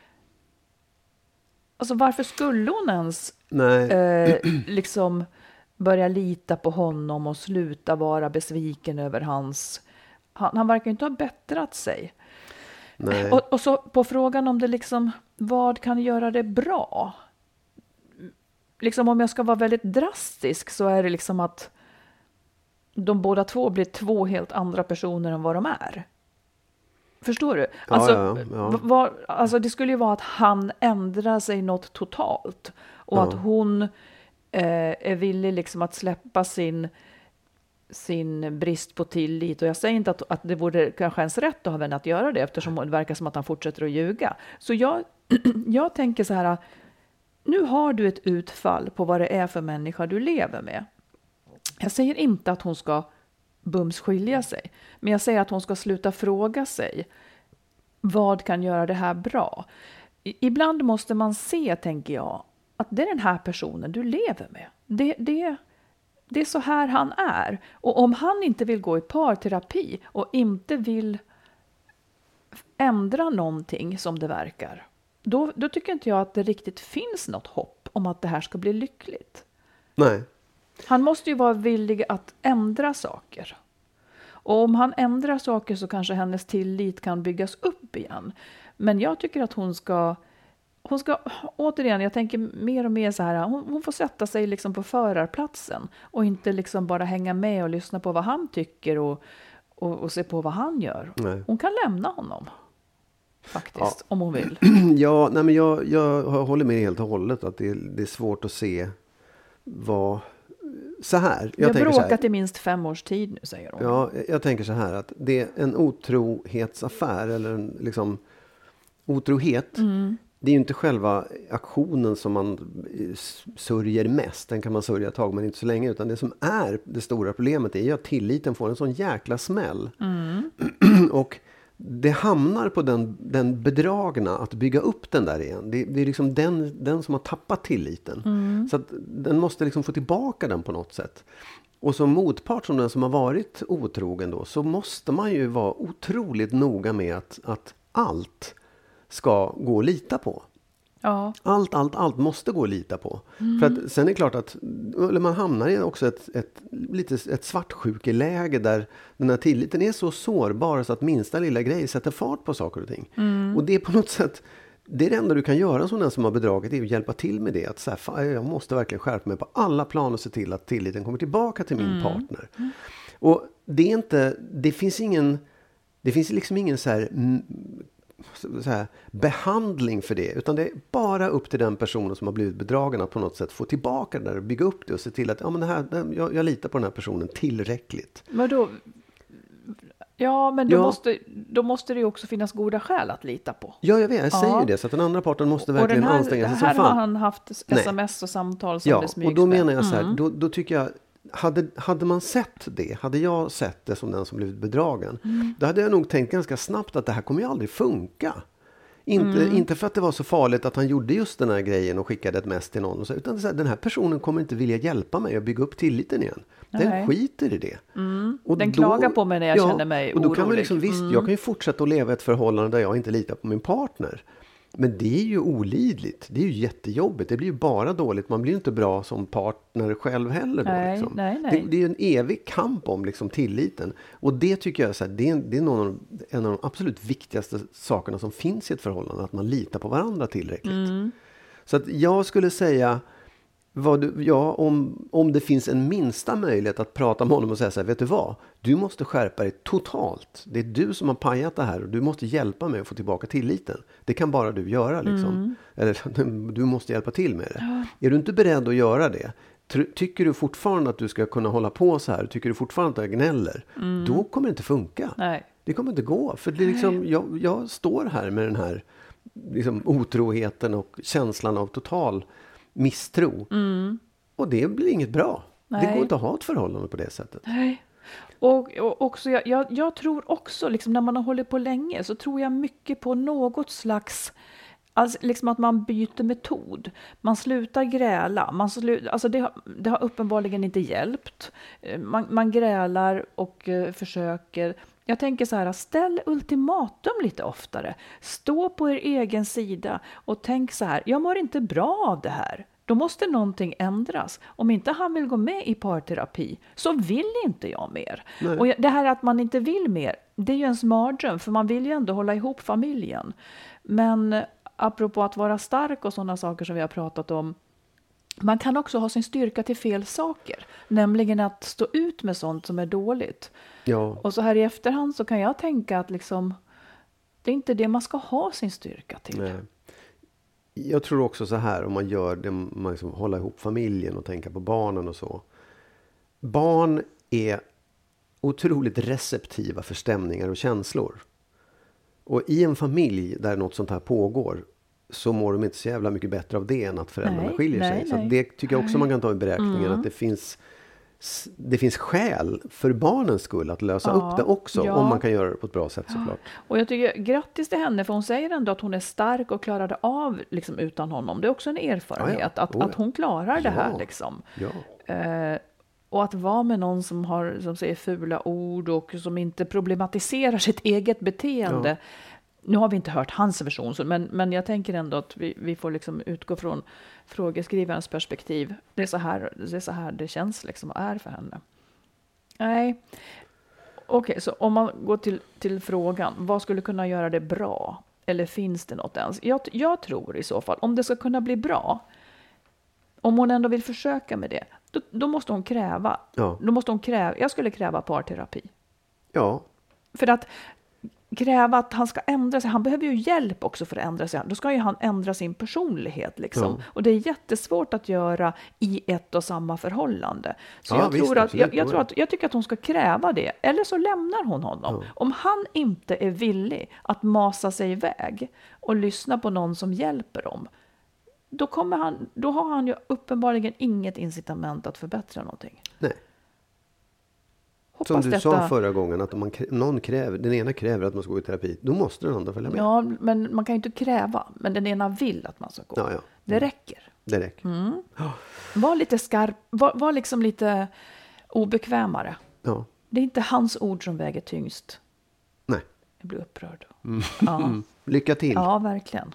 Alltså varför skulle hon ens Nej. Eh, liksom börja lita på honom och sluta vara besviken över hans... Han, han verkar inte ha bättrat sig. Nej. Och, och så på frågan om det liksom, vad kan göra det bra? Liksom om jag ska vara väldigt drastisk så är det liksom att de båda två blir två helt andra personer än vad de är. Förstår du? Alltså, ja, ja, ja. Var, alltså det skulle ju vara att han ändrar sig något totalt. Och ja. att hon eh, är villig liksom att släppa sin, sin brist på tillit. Och jag säger inte att, att det vore kanske ens rätt att ha vänner att göra det. Eftersom det verkar som att han fortsätter att ljuga. Så jag, jag tänker så här. Nu har du ett utfall på vad det är för människa du lever med. Jag säger inte att hon ska bums skilja sig. Men jag säger att hon ska sluta fråga sig. Vad kan göra det här bra? I, ibland måste man se, tänker jag, att det är den här personen du lever med. Det, det, det är så här han är. Och om han inte vill gå i parterapi och inte vill ändra någonting som det verkar. Då, då tycker inte jag att det riktigt finns något hopp om att det här ska bli lyckligt. Nej. Han måste ju vara villig att ändra saker. Och om han ändrar saker så kanske hennes tillit kan byggas upp igen. Men jag tycker att hon ska... Hon ska, återigen, jag tänker mer och mer så här, hon, hon får sätta sig liksom på förarplatsen. Och inte liksom bara hänga med och lyssna på vad han tycker och, och, och se på vad han gör. Nej. Hon kan lämna honom. Faktiskt, Ja. om hon vill. Ja, nej men jag, jag håller med helt och hållet att det, det är svårt att se vad... Så här. Jag har tänker bråkat så här, i minst fem års tid nu, säger hon. Ja, jag tänker så här att det är en otrohetsaffär eller en liksom otrohet. Mm. Det är ju inte själva aktionen som man sörjer mest. Den kan man sörja ett tag men inte så länge. Utan det som är det stora problemet är ju att tilliten får en sån jäkla smäll. Mm. Och det hamnar på den, den bedragna att bygga upp den där igen. Det, det är liksom den, den som har tappat tilliten. Mm. Så att den måste liksom få tillbaka den på något sätt. Och som motpart som den som har varit otrogen då, så måste man ju vara otroligt noga med att, att allt ska gå att lita på. Ja. Allt, allt, allt måste gå att lita på. Mm. För att sen är det klart att eller man hamnar i också ett, ett, lite, ett svartsjukeläge där den här tilliten är så sårbar så att minsta lilla grej sätter fart på saker och ting. Mm. Och det är på något sätt, det är det enda du kan göra som den som har bedragit är att hjälpa till med det. Att så här, fan, jag måste verkligen skärpa mig på alla plan och se till att tilliten kommer tillbaka till min mm. partner. Mm. Och det är inte, det finns ingen, det finns liksom ingen så här... Så här, behandling för det, utan det är bara upp till den personen som har blivit bedragen att på något sätt få tillbaka det där och bygga upp det och se till att ja, men det här, jag, jag litar på den här personen tillräckligt. Men då, ja, men då, ja. Måste, då måste det ju också finnas goda skäl att lita på. Ja, jag vet, jag säger ja. det, så att den andra parten måste verkligen här, anstränga sig som fan. Här har han haft sms och samtal som ja, det smygs och då menar jag så här, mm. då, då tycker jag Hade, hade man sett det, hade jag sett det som den som blivit bedragen, mm. då hade jag nog tänkt ganska snabbt att det här kommer ju aldrig funka. Inte, mm. inte för att det var så farligt att han gjorde just den här grejen och skickade ett mess till någon. Och så, utan så här, den här personen kommer inte vilja hjälpa mig att bygga upp tilliten igen. Den Nej. skiter i det. Mm. Och den då, klagar på mig när jag ja, känner mig och då orolig. Kan man liksom, visst, mm. jag kan ju fortsätta att leva ett förhållande där jag inte litar på min partner. Men det är ju olidligt. Det är ju jättejobbigt. Det blir ju bara dåligt. Man blir ju inte bra som partner själv heller. Då, nej, liksom. nej, nej. Det, det är ju en evig kamp om liksom, tilliten. Och det tycker jag så här, det är, det är någon av, en av de absolut viktigaste sakerna som finns i ett förhållande. Att man litar på varandra tillräckligt. Mm. Så att jag skulle säga... Vad du, ja, om, om det finns en minsta möjlighet att prata med honom och säga så här, vet du vad? Du måste skärpa dig totalt. Det är du som har pajat det här och du måste hjälpa mig att få tillbaka tilliten. Det kan bara du göra liksom. Mm. Eller du måste hjälpa till med det. Ja. Är du inte beredd att göra det? Tycker du fortfarande att du ska kunna hålla på så här? Tycker du fortfarande att jag gnäller? Mm. Då kommer det inte funka. Nej. Det kommer inte gå. För det är liksom, jag, jag står här med den här liksom, otroheten och känslan av total misstro. Mm. Och det blir inget bra. Nej. Det går inte att ha ett förhållande på det sättet. Nej. Och, och också, jag, jag, jag tror också, liksom, när man har hållit på länge så tror jag mycket på något slags, alltså, liksom att man byter metod. Man slutar gräla. Man slu, alltså det, har, det har uppenbarligen inte hjälpt. Man, man grälar och uh, försöker. Jag tänker så här, ställ ultimatum lite oftare. Stå på er egen sida och tänk så här, jag mår inte bra av det här. Då måste någonting ändras. Om inte han vill gå med i parterapi så vill inte jag mer. Nej. Och det här att man inte vill mer, det är ju en mardröm, för man vill ju ändå hålla ihop familjen. Men apropå att vara stark och sådana saker som vi har pratat om, man kan också ha sin styrka till fel saker. Nämligen att stå ut med sånt som är dåligt. Ja. Och så här i efterhand så kan jag tänka att liksom, det är inte det man ska ha sin styrka till. Nej. Jag tror också så här, om man gör det, man liksom håller ihop familjen och tänker på barnen och så. Barn är otroligt receptiva för stämningar och känslor. Och i en familj där något sånt här pågår så mår de inte så jävla mycket bättre av det än att föräldrarna nej, skiljer nej, sig. Så nej. Det tycker jag också man kan ta i beräkningen, mm. att det finns, det finns skäl för barnens skull att lösa ja, upp det också, ja. Om man kan göra det på ett bra sätt såklart. Och jag tycker grattis till henne, för hon säger ändå att hon är stark och klarade av liksom, utan honom. Det är också en erfarenhet ja, ja. Att, oh, ja. Att hon klarar det här. Liksom. Ja. Eh, och att vara med någon som, har, som säger fula ord och som inte problematiserar sitt eget beteende. Ja. Nu har vi inte hört hans version, men, men jag tänker ändå att vi, vi får liksom utgå från frågeskrivarens perspektiv. Det är så här det, är så här det känns liksom och är för henne. Nej. Okej, okay, så om man går till, till frågan, vad skulle kunna göra det bra? Eller finns det något ens? Jag, jag tror i så fall, om det ska kunna bli bra, om hon ändå vill försöka med det, då, då måste hon kräva. Ja. Då måste hon kräva. Jag skulle kräva parterapi. Ja. För att kräva att han ska ändra sig. Han behöver ju hjälp också för att ändra sig. Då ska ju han ändra sin personlighet. Liksom. Ja. Och det är jättesvårt att göra i ett och samma förhållande. Så ja, jag, visst, tror att, jag, jag, tror att, jag tycker att hon ska kräva det. Eller så lämnar hon honom. Ja. Om han inte är villig att masa sig iväg och lyssna på någon som hjälper dem, då, kommer han, då har han ju uppenbarligen inget incitament att förbättra någonting. Nej. Hoppas som du detta... sa förra gången, att om man, någon kräver, den ena kräver att man ska gå i terapi, då måste den andra följa med. Ja, men man kan ju inte kräva, men den ena vill att man ska gå. Ja, ja. Det räcker. Det räcker. Mm. Var lite skarp, var, var liksom lite obekvämare. Ja. Det är inte hans ord som väger tyngst. Nej. Jag blir upprörd. Mm. Ja. Lycka till. Ja, verkligen.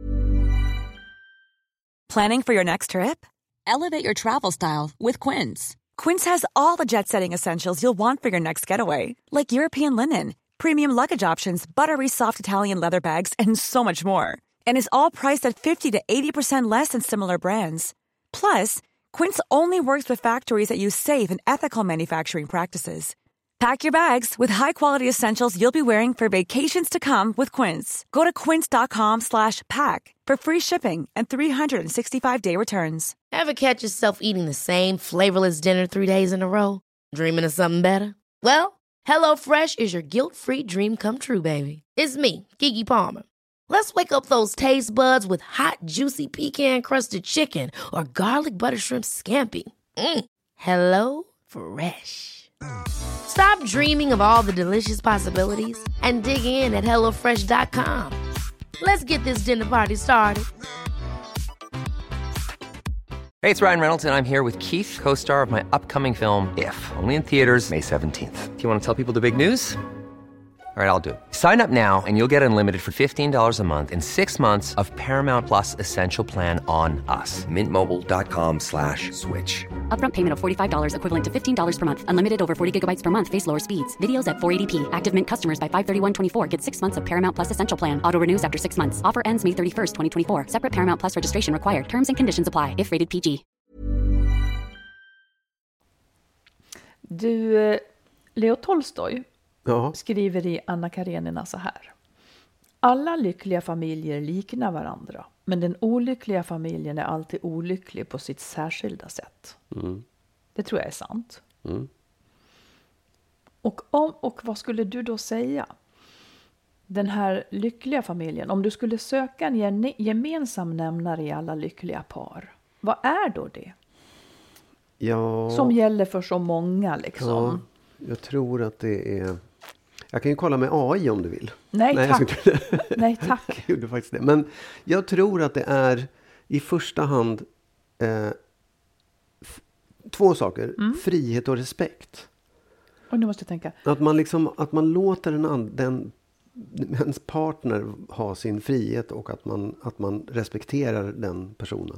Planning for your next trip? Elevate your travel style with Quince. Quince has all the jet-setting essentials you'll want for your next getaway, like European linen, premium luggage options, buttery soft Italian leather bags, and so much more. And is all priced at fifty to eighty percent less than similar brands. Plus, Quince only works with factories that use safe and ethical manufacturing practices. Pack your bags with high-quality essentials you'll be wearing for vacations to come with Quince. Go to quince.com slash pack for free shipping and three sixty-five day returns. Ever catch yourself eating the same flavorless dinner three days in a row? Dreaming of something better? Well, HelloFresh is your guilt-free dream come true, baby. It's me, Keke Palmer. Let's wake up those taste buds with hot, juicy pecan-crusted chicken or garlic butter shrimp scampi. Mm. Hello Fresh. Stop dreaming of all the delicious possibilities and dig in at hello fresh dot com. Let's get this dinner party started. Hey, it's Ryan Reynolds, and I'm here with Keith, co-star of my upcoming film, If, only in theaters May seventeenth. Do you want to tell people the big news? All right, I'll do it. Sign up now and you'll get unlimited for fifteen dollars a month and six months of Paramount Plus Essential Plan on us. Mint Mobile dot com slash switch. Upfront payment of forty-five dollars equivalent to fifteen dollars per month. Unlimited over forty gigabytes per month. Face lower speeds. Videos at four eighty p. Active Mint customers by five thirty-one twenty-four get six months of Paramount Plus Essential Plan. Auto renews after six months. Offer ends May thirty-first, twenty twenty-four. Separate Paramount Plus registration required. Terms and conditions apply if rated P G. Du, Leo Tolstoj ja. skriver i Anna Karenina så här. Alla lyckliga familjer liknar varandra, men den olyckliga familjen är alltid olycklig på sitt särskilda sätt. Mm. Det tror jag är sant. Mm. Och, om, och vad skulle du då säga? Den här lyckliga familjen, om du skulle söka en gemensam nämnare i alla lyckliga par, vad är då det? Ja. Som gäller för så många liksom. Ja, jag tror att det är... Jag kan ju kolla med A I om du vill. Nej, Nej tack. Jag Nej, tack. jag gjorde faktiskt det. Men jag tror att det är i första hand eh, f- två saker. Mm. Frihet och respekt. Och nu måste jag tänka. Att man, liksom, att man låter den, and- den, ens partner ha sin frihet och att man, att man respekterar den personen.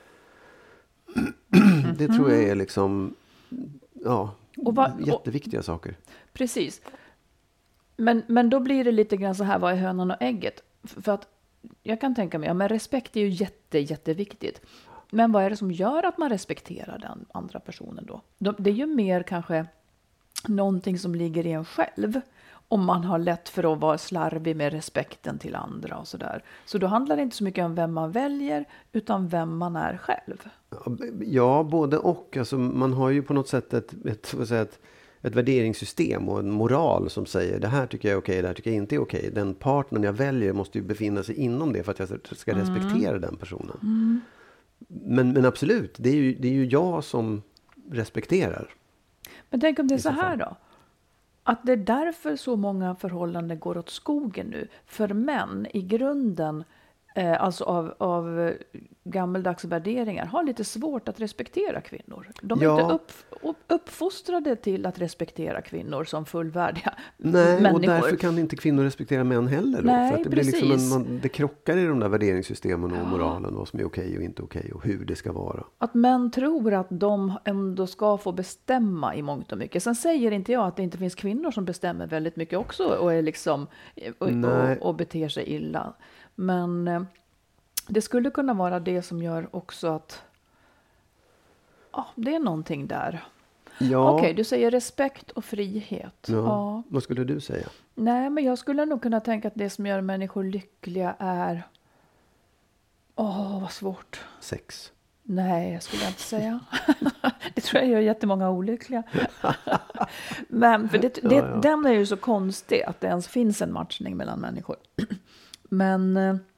Mm-hmm. Det tror jag är liksom ja, Och vad, och, jätteviktiga saker. Precis. Men, men då blir det lite grann så här, vad är hönan och ägget? För, för att jag kan tänka mig, ja, men respekt är ju jätte, jätteviktigt. Men vad är det som gör att man respekterar den andra personen då? De, det är ju mer kanske någonting som ligger i en själv. Om man har lätt för att vara slarvig med respekten till andra och sådär. Så då handlar det inte så mycket om vem man väljer, utan vem man är själv. Ja, både och. Alltså, man har ju på något sätt ett, ett, vad säger, ett, ett värderingssystem och en moral som säger det här tycker jag är okej, det här tycker jag inte är okej. Den partnern jag väljer måste ju befinna sig inom det för att jag ska respektera mm. den personen. Mm. Men, men absolut, det är, ju, det är ju jag som respekterar. Men tänk om det är så här då. Att det är därför så många förhållanden går åt skogen nu. För män i grunden, eh, alltså av, av gammeldags värderingar, har lite svårt att respektera kvinnor. De är ja. inte upp, upp, uppfostrade till att respektera kvinnor som fullvärdiga Nej, människor. Och därför kan inte kvinnor respektera män heller. Då, Nej, för att det, blir precis. liksom en, man, det krockar i de där värderingssystemen och ja. moralen. Vad som är okej och inte okej och hur det ska vara. Att män tror att de ändå ska få bestämma i mångt och mycket. Sen säger inte jag att det inte finns kvinnor som bestämmer väldigt mycket också. Och, är liksom, och, och, och beter sig illa. Men det skulle kunna vara det som gör också att ja, det är någonting där. Ja. Okej, du säger respekt och frihet. Ja. Ja. Vad skulle du säga? Nej, men jag skulle nog kunna tänka att det som gör människor lyckliga är... Åh, oh, vad svårt. Sex. Nej, jag skulle inte säga. Det tror jag gör jättemånga olyckliga. Men för det, det, ja, ja. den är ju så konstig att det ens finns en matchning mellan människor. Men...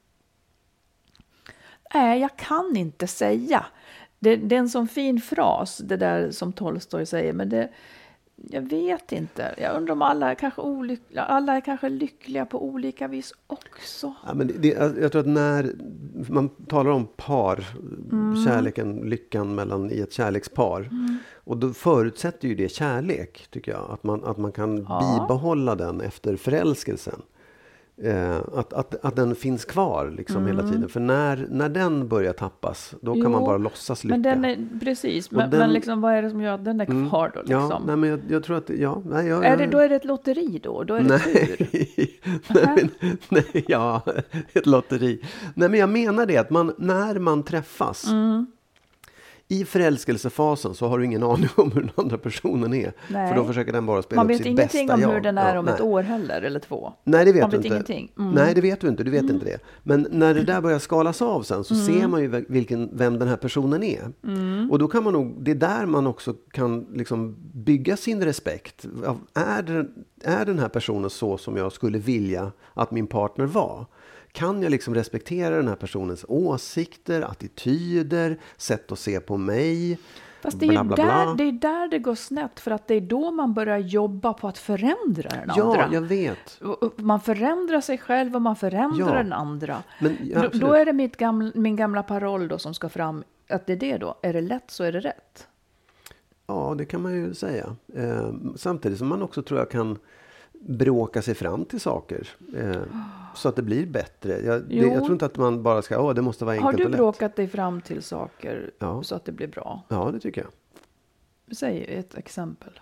Nej, jag kan inte säga. Det, det är en sån fin fras, det där som Tolstoj säger. Men det, jag vet inte. Jag undrar om alla är kanske olyckliga. Alla är kanske lyckliga på olika vis också. Ja, men det, jag tror att när man talar om par, mm. kärleken, lyckan mellan i ett kärlekspar. Mm. Och då förutsätter ju det kärlek, tycker jag. Att man, att man kan ja. bibehålla den efter förälskelsen. Eh, att, att, att den finns kvar liksom mm. hela tiden. För när, när den börjar tappas, då jo, kan man bara låtsas lycka. Men den är, precis, men, den, men liksom, vad är det som gör att den är kvar då? Liksom? Ja, nej, men jag, jag tror att, ja. Nej, jag, är det, då är det ett lotteri då? Då är det nej, tur? nej, men, nej, ja, ett lotteri. Nej, men jag menar det att man, när man träffas... Mm. I förälskelsefasen så har du ingen aning om hur den andra personen är. Nej. För då försöker den bara spela upp sitt bästa. Man vet ingenting om jag. hur den är ja, om nej. ett år heller, eller två. Nej, det vet man du vet inte. Ingenting. Mm. Nej, det vet du inte. Du vet mm. inte det. Men när det där börjar skalas av sen så mm. ser man ju vilken, vem den här personen är. Mm. Och då kan man nog, det är där man också kan liksom bygga sin respekt. Är, det, är den här personen så som jag skulle vilja att min partner var? Kan jag liksom respektera den här personens åsikter, attityder, sätt att se på mig? Fast det är, bla, bla, bla. Där, det är där det går snett, för att det är då man börjar jobba på att förändra den andra. Ja, jag vet. Man förändrar sig själv och man förändrar ja. den andra. Men, ja, då, då är det mitt gamla, min gamla paroll då som ska fram, att det är det då. Är det lätt så är det rätt. Ja, det kan man ju säga. Eh, samtidigt som man också tror jag kan bråka sig fram till saker. Eh, så att det blir bättre. Jag, det, jag tror inte att man bara ska, åh det måste vara enkelt och lätt. Har du bråkat dig fram till saker ja. så att det blir bra? Ja, det tycker jag. Säg ett exempel.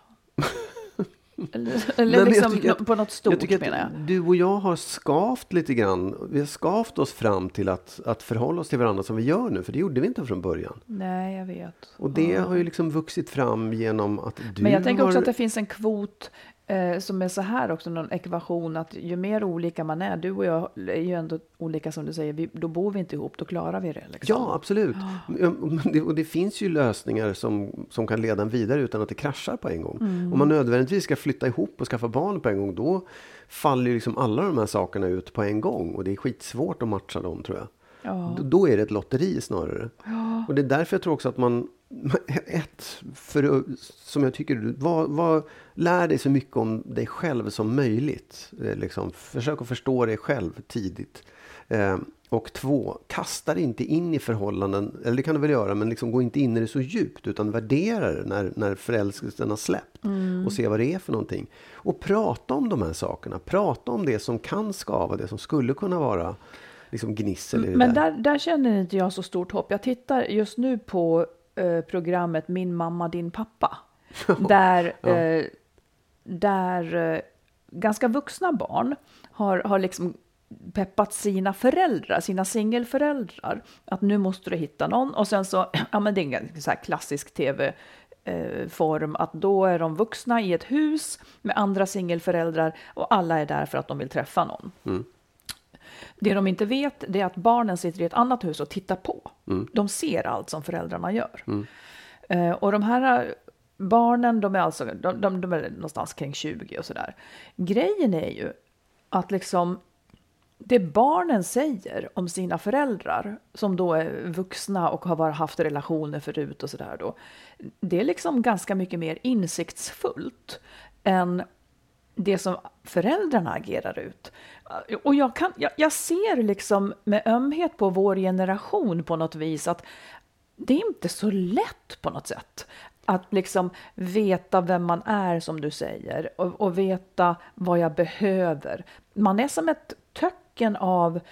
eller eller Nej, liksom att, på något stort, jag tycker menar jag. Att du och jag har skavt lite grann. Vi har skavt oss fram till att, att förhålla oss till varandra som vi gör nu. För det gjorde vi inte från början. Nej, jag vet. Och det ja. har ju liksom vuxit fram genom att du Men jag tänker har... också att det finns en kvot eh, som är så här också, någon ekvation, att ju mer olika man är, du och jag är ju ändå olika som du säger, vi, då bor vi inte ihop, då klarar vi det. Liksom. Ja, absolut. Ja. Det, och det finns ju lösningar som, som kan leda en vidare utan att det kraschar på en gång. Mm. Om man nödvändigtvis ska flytta ihop och skaffa barn på en gång, då faller ju liksom alla de här sakerna ut på en gång. Och det är skitsvårt att matcha dem, tror jag. Ja. Då, då är det ett lotteri snarare. Ja. Ja. Och det är därför jag tror också att man, ett, för, som jag tycker, vad, vad, lär dig så mycket om dig själv som möjligt. Liksom, försök att förstå dig själv tidigt. Eh, och två, kasta dig inte in i förhållanden, eller det kan du väl göra, men liksom gå inte in i det så djupt, utan värdera det när, när förälskelsen har släppt mm. och se vad det är för någonting. Och prata om de här sakerna, prata om det som kan skava, det som skulle kunna vara liksom gnissel i det men där. där, där känner inte jag så stort hopp. Jag tittar just nu på eh, programmet Min mamma, din pappa. där ja. eh, där eh, ganska vuxna barn har, har liksom peppat sina föräldrar, sina singelföräldrar. Att nu måste du hitta någon. Och sen så, ja men det är en så här klassisk tv-form. Att då är de vuxna i ett hus med andra singelföräldrar. Och alla är där för att de vill träffa någon. Mm. Det de inte vet, det är att barnen sitter i ett annat hus och tittar på. Mm. De ser allt som föräldrarna gör. Mm. Uh, och de här barnen, de är alltså de, de, de är någonstans kring tjugo och sådär. Grejen är ju att liksom det barnen säger om sina föräldrar, som då är vuxna och har bara haft relationer förut och sådär då, det är liksom ganska mycket mer insiktsfullt än det som föräldrarna agerar ut. Och jag, kan, jag, jag ser liksom med ömhet på vår generation på något vis att det är inte så lätt på något sätt att liksom veta vem man är, som du säger, och, och veta vad jag behöver. Man är som ett töcken av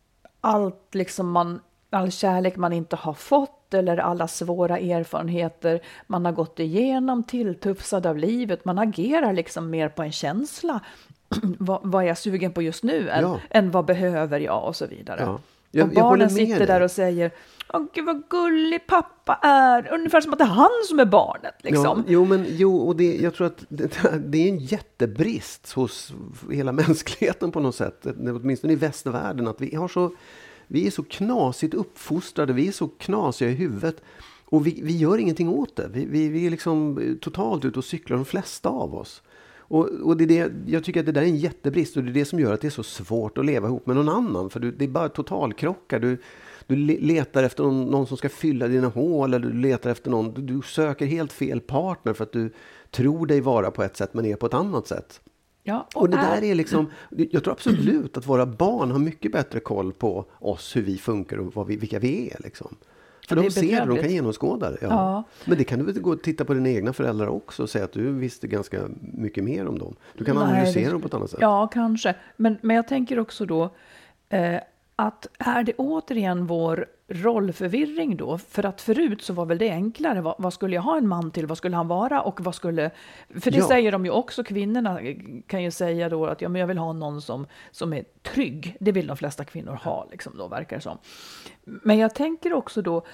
allt liksom man, all kärlek man inte har fått eller alla svåra erfarenheter man har gått igenom, tilltufsad av livet. Man agerar liksom mer på en känsla. vad, vad är jag sugen på just nu än, ja. än vad behöver jag och så vidare. Ja. Jag, och barnen sitter dig. där och säger, åh gud vad gullig pappa är. Ungefär som att det är han som är barnet. Liksom. Ja, jo, men jo, och det, jag tror att det, det är en jättebrist hos hela mänskligheten på något sätt. Åtminstone i västvärlden. Att vi, har så, vi är så knasigt uppfostrade. Vi är så knasiga i huvudet. Och vi, vi gör ingenting åt det. Vi, vi, vi är liksom totalt ute och cyklar, de flesta av oss. Och, och det är det, jag tycker att det där är en jättebrist, och det är det som gör att det är så svårt att leva ihop med någon annan. För du, det är bara totalkrockar. Du, du letar efter någon, någon som ska fylla dina hål, eller du letar efter någon. Du, du söker helt fel partner för att du tror dig vara på ett sätt men är på ett annat sätt. Ja, och, och det där är liksom, jag tror absolut att våra barn har mycket bättre koll på oss, hur vi funkar och vad vi, vilka vi är liksom. För de ser det, de kan genomskåda det. Ja. Ja. Men det kan du väl gå och titta på dina egna föräldrar också och säga att du visste ganska mycket mer om dem. Du kan Nej, analysera det, dem på ett annat sätt. Ja, kanske. Men, men jag tänker också då eh, att är det återigen vår rollförvirring då? För att förut så var väl det enklare. Vad, vad skulle jag ha en man till? Vad skulle han vara? Och vad skulle... För det ja. säger de ju också. Kvinnorna kan ju säga då att ja, men jag vill ha någon som, som är trygg. Det vill de flesta kvinnor ha, liksom då, verkar det som. Men jag tänker också då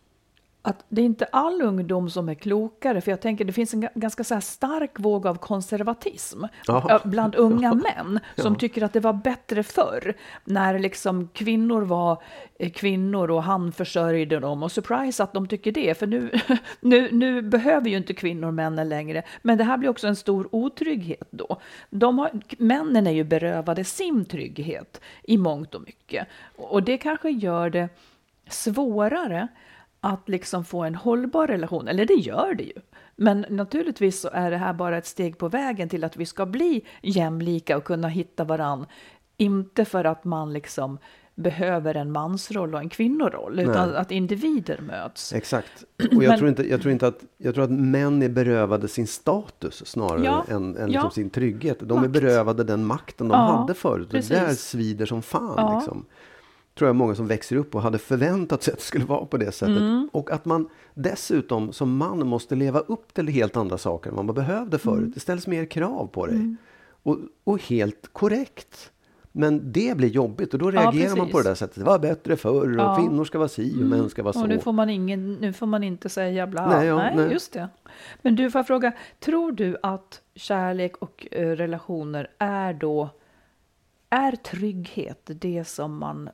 att det är inte all ungdom som är klokare. För jag tänker det finns en ganska så här stark våg av konservatism Aha. bland unga män som ja. tycker att det var bättre förr. När liksom kvinnor var kvinnor och han försörjde dem. Och surprise att de tycker det. För nu, nu, nu behöver ju inte kvinnor männen längre. Men det här blir också en stor otrygghet då. De har, männen är ju berövade sin trygghet i mångt och mycket. Och det kanske gör det svårare att liksom få en hållbar relation. Eller det gör det ju. Men naturligtvis så är det här bara ett steg på vägen till att vi ska bli jämlika och kunna hitta varann. Inte för att man liksom behöver en mansroll och en kvinnoroll. Utan Nej. att individer möts. Exakt. Och jag, Men, tror inte, jag, tror inte att, jag tror att män är berövade sin status snarare ja, än, än ja. liksom sin trygghet. De Makt. är berövade den makten de ja, hade förut. Det där svider som fan ja. liksom. Tror jag många som växer upp och hade förväntat sig att det skulle vara på det sättet. Mm. Och att man dessutom som man måste leva upp till helt andra saker än vad man behövde förut. Mm. Det ställs mer krav på dig. Mm. Och, och helt korrekt. Men det blir jobbigt och då reagerar ja, man på det där sättet. Det var bättre förr och ja. kvinnor ska vara si och mm. män ska vara så. Och nu får man, ingen, nu får man inte säga bla. Nej, ja, nej, nej, just det. Men du, får jag fråga, tror du att kärlek och uh, relationer är då, är trygghet det som man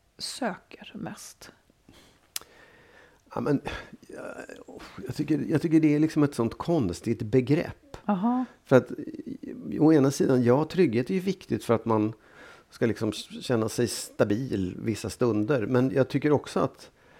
söker mest? Ja, men, jag, jag, tycker, jag tycker det är liksom ett sånt konstigt begrepp. Aha. För att å ena sidan, ja, trygghet är ju viktigt för att man ska liksom känna sig stabil vissa stunder. Men jag tycker också att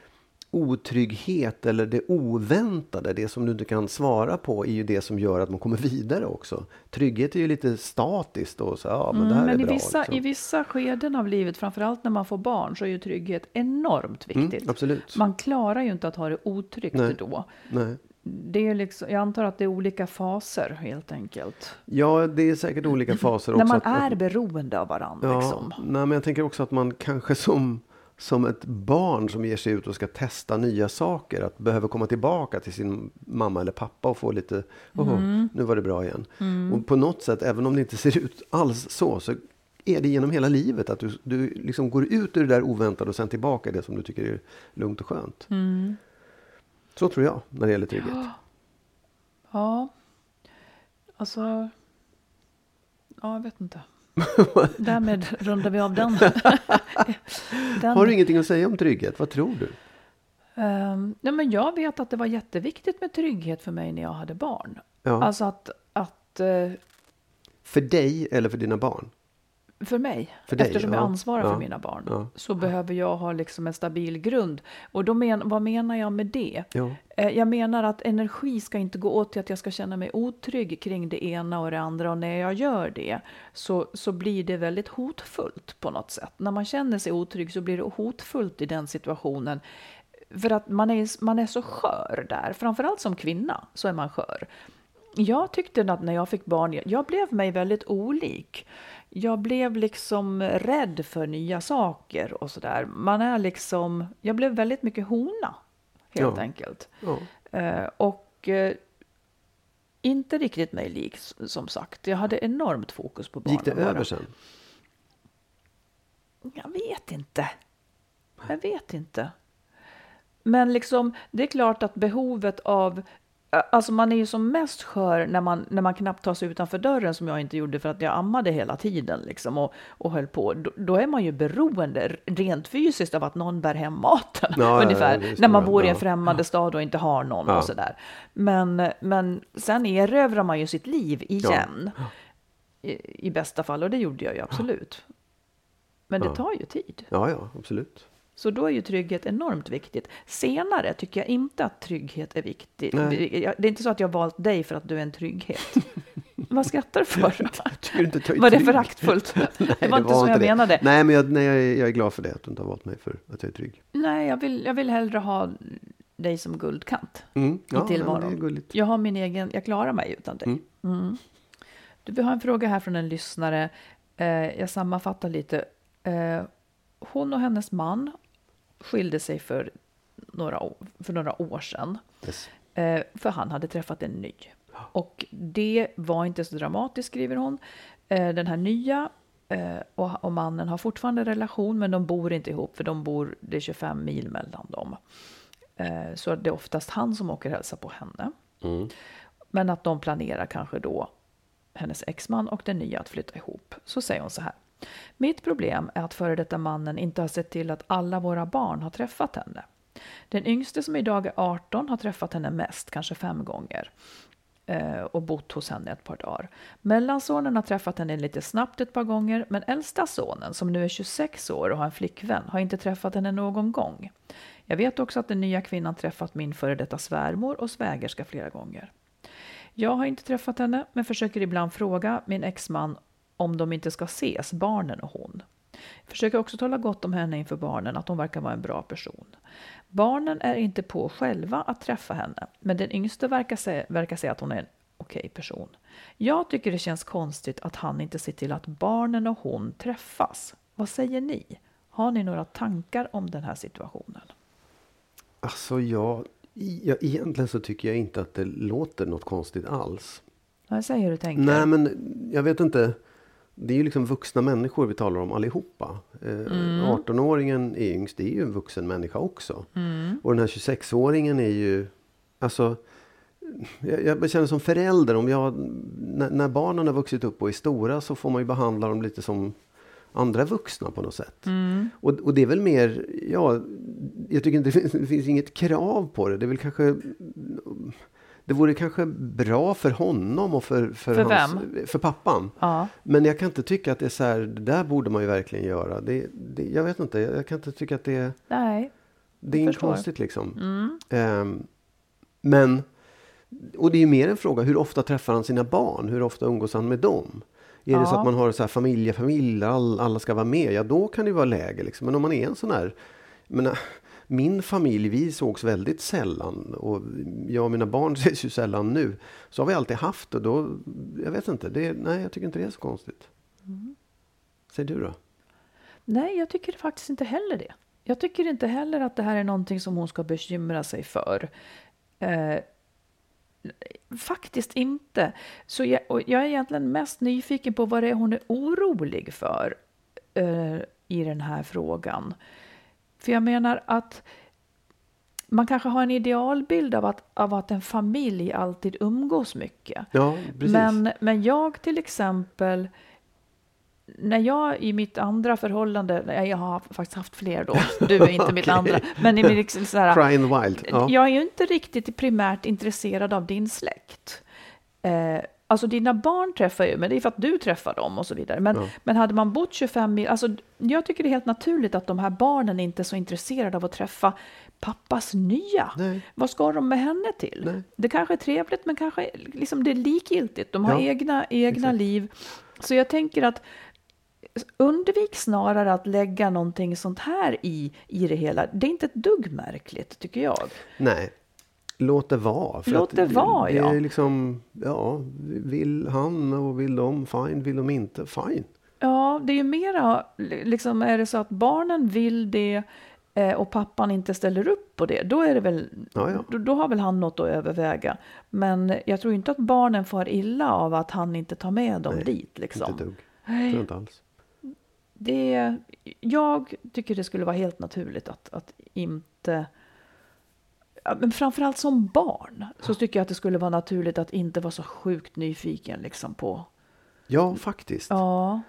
otrygghet eller det oväntade, det som du inte kan svara på, är ju det som gör att man kommer vidare också. Trygghet är ju lite statiskt och så, ja, men det här mm, är men bra. i vissa, liksom. i vissa skeden av livet, framförallt när man får barn, så är ju trygghet enormt viktigt. Mm, absolut. Man klarar ju inte att ha det otryggt Nej. då. Nej. Det är liksom, jag antar att det är olika faser helt enkelt. Ja, det är säkert olika faser också. När man att, är att, beroende av varandra. ja, Liksom. nej, men jag tänker också att man kanske som, som ett barn som ger sig ut och ska testa nya saker, att behöver komma tillbaka till sin mamma eller pappa och få lite, oh, mm. nu var det bra igen. Mm. Och på något sätt, även om det inte ser ut alls så, så är det genom hela livet att du, du liksom går ut ur det där oväntade och sen tillbaka i det som du tycker är lugnt och skönt. Mm. Så tror jag när det gäller trygghet. Ja. Ja. Alltså. Ja, jag vet inte. Därmed rundar vi av den. den. Har du ingenting att säga om trygghet? Vad tror du? Um, ja, men jag vet att det var jätteviktigt med trygghet för mig när jag hade barn. Ja. Alltså att... att uh, för dig eller för dina barn? För mig, för dig, eftersom ja. jag ansvarar ja. för mina barn, ja. så behöver jag ha liksom en stabil grund. Och då men, vad menar jag med det? Ja. Eh, jag menar att energi ska inte gå åt till att jag ska känna mig otrygg kring det ena och det andra. Och när jag gör det så, så blir det väldigt hotfullt på något sätt. När man känner sig otrygg så blir det hotfullt i den situationen. För att man är, man är så skör där. Framförallt som kvinna så är man skör. Jag tyckte att när jag fick barn, jag blev mig väldigt olik. Jag blev liksom rädd för nya saker och sådär. Man är liksom, jag blev väldigt mycket hona, helt ja. enkelt. Ja. Eh, och eh, inte riktigt mig lik, som sagt. Jag hade enormt fokus på barnen. Gick det över sen? Jag vet inte. Jag vet inte. Men liksom, det är klart att behovet av... Alltså man är ju som mest skör när man, när man knappt tar sig utanför dörren, som jag inte gjorde för att jag ammade hela tiden liksom och, och höll på. Då, då är man ju beroende rent fysiskt av att någon bär hem maten. Ja, ungefär. Ja, när man bor i en ja. främmande stad och inte har någon ja. och sådär. Men, men sen erövrar man ju sitt liv igen. Ja. I, I bästa fall, och det gjorde jag ju absolut. Men det ja. tar ju tid. Ja, ja, absolut. Så då är ju trygghet enormt viktigt. Senare tycker jag inte att trygghet är viktigt. Nej. Det är inte så att jag har valt dig för att du är en trygghet. Vad skrattar du för? Jag inte var det föraktfullt? Nej, det var det inte var så inte jag det. menade. Nej, men jag, nej, jag är glad för det. Att du inte har valt mig för att jag är trygg. Nej, jag vill, jag vill hellre ha dig som guldkant mm. ja, i tillvaron. Det är gulligt. Jag har min egen, jag klarar mig utan dig. Mm. Mm. Du, vi har en fråga här från en lyssnare. Eh, jag sammanfattar lite. Eh, hon och hennes man skilde sig för några, för några år sedan. Yes. Eh, för han hade träffat en ny. Och det var inte så dramatiskt, skriver hon. Eh, den här nya eh, och, och mannen har fortfarande relation, men de bor inte ihop, för de bor, det är tjugofem mil mellan dem. Eh, så det är oftast han som åker hälsa på henne. Mm. Men att de planerar kanske då, hennes exman och den nya, att flytta ihop. Så säger hon så här. Mitt problem är att före detta mannen inte har sett till att alla våra barn har träffat henne. Den yngste, som idag är arton, har träffat henne mest, kanske fem gånger. Eh, och bott hos henne ett par dagar. Mellansonen har träffat henne lite snabbt ett par gånger. Men äldsta sonen, som nu är tjugosex år och har en flickvän, har inte träffat henne någon gång. Jag vet också att den nya kvinnan träffat min före detta svärmor och svägerska flera gånger. Jag har inte träffat henne, men försöker ibland fråga min exman om de inte ska ses, barnen och hon. Försöker också tala gott om henne inför barnen, att hon verkar vara en bra person. Barnen är inte på själva att träffa henne, men den yngste verkar säga, verkar säga att hon är en okej person. Jag tycker det känns konstigt att han inte ser till att barnen och hon träffas. Vad säger ni? Har ni några tankar om den här situationen? Alltså jag, jag egentligen så tycker jag inte att det låter något konstigt alls. Jag säger hur du tänker. Nej, men jag vet inte. Det är ju liksom vuxna människor vi talar om allihopa. Mm. arton-åringen är yngst, det är ju en vuxen människa också. Mm. Och den här tjugosex-åringen är ju, alltså, jag, jag känner som förälder, om jag, när, när barnen har vuxit upp och är stora, så får man ju behandla dem lite som andra vuxna på något sätt. Mm. Och, och det är väl mer, ja, jag tycker inte det finns, det finns inget krav på det. Det är väl kanske... Det vore kanske bra för honom och för, för, för, hans, vem? för pappan. Ja. Men jag kan inte tycka att det är så här, det där borde man ju verkligen göra. Det, det, jag vet inte, jag kan inte tycka att det är... Nej. Det är inte konstigt liksom. Mm. Um, men, och det är ju mer en fråga, hur ofta träffar han sina barn? Hur ofta umgås han med dem? Är ja. det så att man har så här familjefamiljer, all, alla ska vara med, ja då kan det vara läge liksom. Men om man är en sån här, men, min familj, vi sågs väldigt sällan och jag och mina barn ses ju sällan nu. Så har vi alltid haft och då, jag vet inte, det, nej jag tycker inte det är så konstigt. Mm. Säger du då? Nej, jag tycker faktiskt inte heller det. Jag tycker inte heller att det här är någonting som hon ska bekymra sig för. Eh, faktiskt inte. Så jag, och jag är egentligen mest nyfiken på vad det är hon är orolig för eh, i den här frågan. För jag menar att man kanske har en idealbild av att, av att en familj alltid umgås mycket. Ja, precis. Men, men jag till exempel, när jag i mitt andra förhållande, jag har faktiskt haft fler då, du är inte okay. mitt andra, men i min liksom så här, Cry in the wild. Ja. Jag är ju inte riktigt primärt intresserad av din släkt. Eh, Alltså dina barn träffar ju, men det är för att du träffar dem och så vidare. Men, ja. men hade man bott tjugofem mil, alltså jag tycker det är helt naturligt att de här barnen inte är så intresserade av att träffa pappas nya. Nej. Vad ska de med henne till? Nej. Det kanske är trevligt, men kanske liksom det är likgiltigt. De har ja. egna, egna liv. Så jag tänker att undvik snarare att lägga någonting sånt här i, i det hela. Det är inte ett dugg märkligt, tycker jag. Nej. Låt det vara. För Låt det vara, det, ja. Det är liksom, ja, vill han och vill de, fine. Vill de inte, fine. Ja, det är ju mera, liksom är det så att barnen vill det eh, och pappan inte ställer upp på det, då är det väl, ja, ja. Då, då har väl han något att överväga. Men jag tror inte att barnen får illa av att han inte tar med dem Nej, dit. Liksom. Inte dugg. Nej. Tror inte alls. Det, jag tycker det skulle vara helt naturligt att, att inte... Men framförallt som barn så tycker jag att det skulle vara naturligt att inte vara så sjukt nyfiken liksom på... Ja, faktiskt. Ja.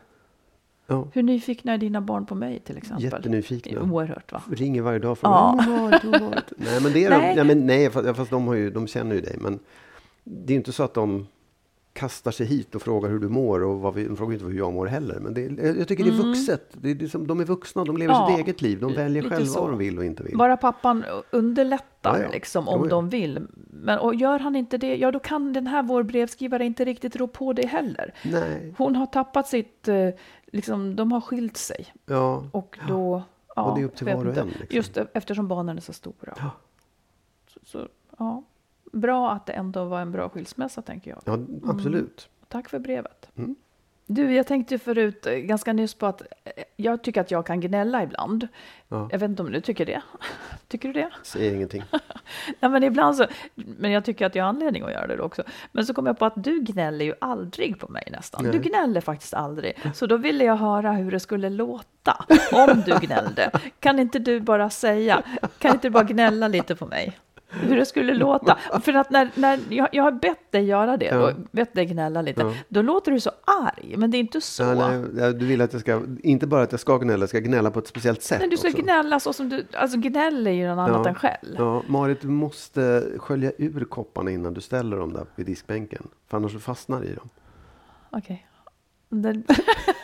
ja. Hur nyfikna är dina barn på mig till exempel? Jättenyfikna. Oerhört, va? Ringer varje dag för ja. mig. Nej, men det är nej. De, nej, men nej, fast, fast de, har ju, de känner ju dig. Men det är inte så att de kastar sig hit och frågar hur du mår. Och vad vi, de frågar inte hur jag mår heller. Men det, jag tycker mm. det är vuxet. Det är, det är som, de är vuxna, de lever ja. sitt eget liv. De väljer själva så. Vad de vill och inte vill. Bara pappan underlättar ja, ja. Liksom, om jo, ja. de vill. Men, och gör han inte det, ja då kan den här vår brevskrivare inte riktigt rå på det heller. Nej. Hon har tappat sitt, liksom, de har skilt sig. Ja. Och då, ja, och det är upp till var och en. Liksom. Just eftersom barnen är så stora. Ja. Så, så, ja. Bra att det ändå var en bra skilsmässa, tänker jag. Ja, absolut. Mm. Tack för brevet. Mm. Du, jag tänkte förut ganska nyss på att jag tycker att jag kan gnälla ibland. Ja. Jag vet inte om du tycker det. Tycker du det? Säger ingenting. Nej, men ibland så, men jag tycker att jag har anledning att göra det också. Men så kom jag på att du gnäller ju aldrig på mig nästan. Nej. Du gnäller faktiskt aldrig. Så då ville jag höra hur det skulle låta om du gnällde. Kan inte du bara säga, kan inte du bara gnälla lite på mig? Hur det skulle låta. För att när, när jag, jag har bett dig göra det, ja. då, bett dig gnälla lite, ja. då låter du så arg, men det är inte så. Ja, nej, du vill att jag ska, inte bara att jag ska gnälla, jag ska gnälla på ett speciellt sätt. Nej, du ska också. gnälla så som du, alltså gnäll är ju någon ja. annat än själv. Ja, Marit, du måste skölja ur kopparna innan du ställer dem där vid diskbänken, för annars så fastnar i dem. Okej. Okay. Det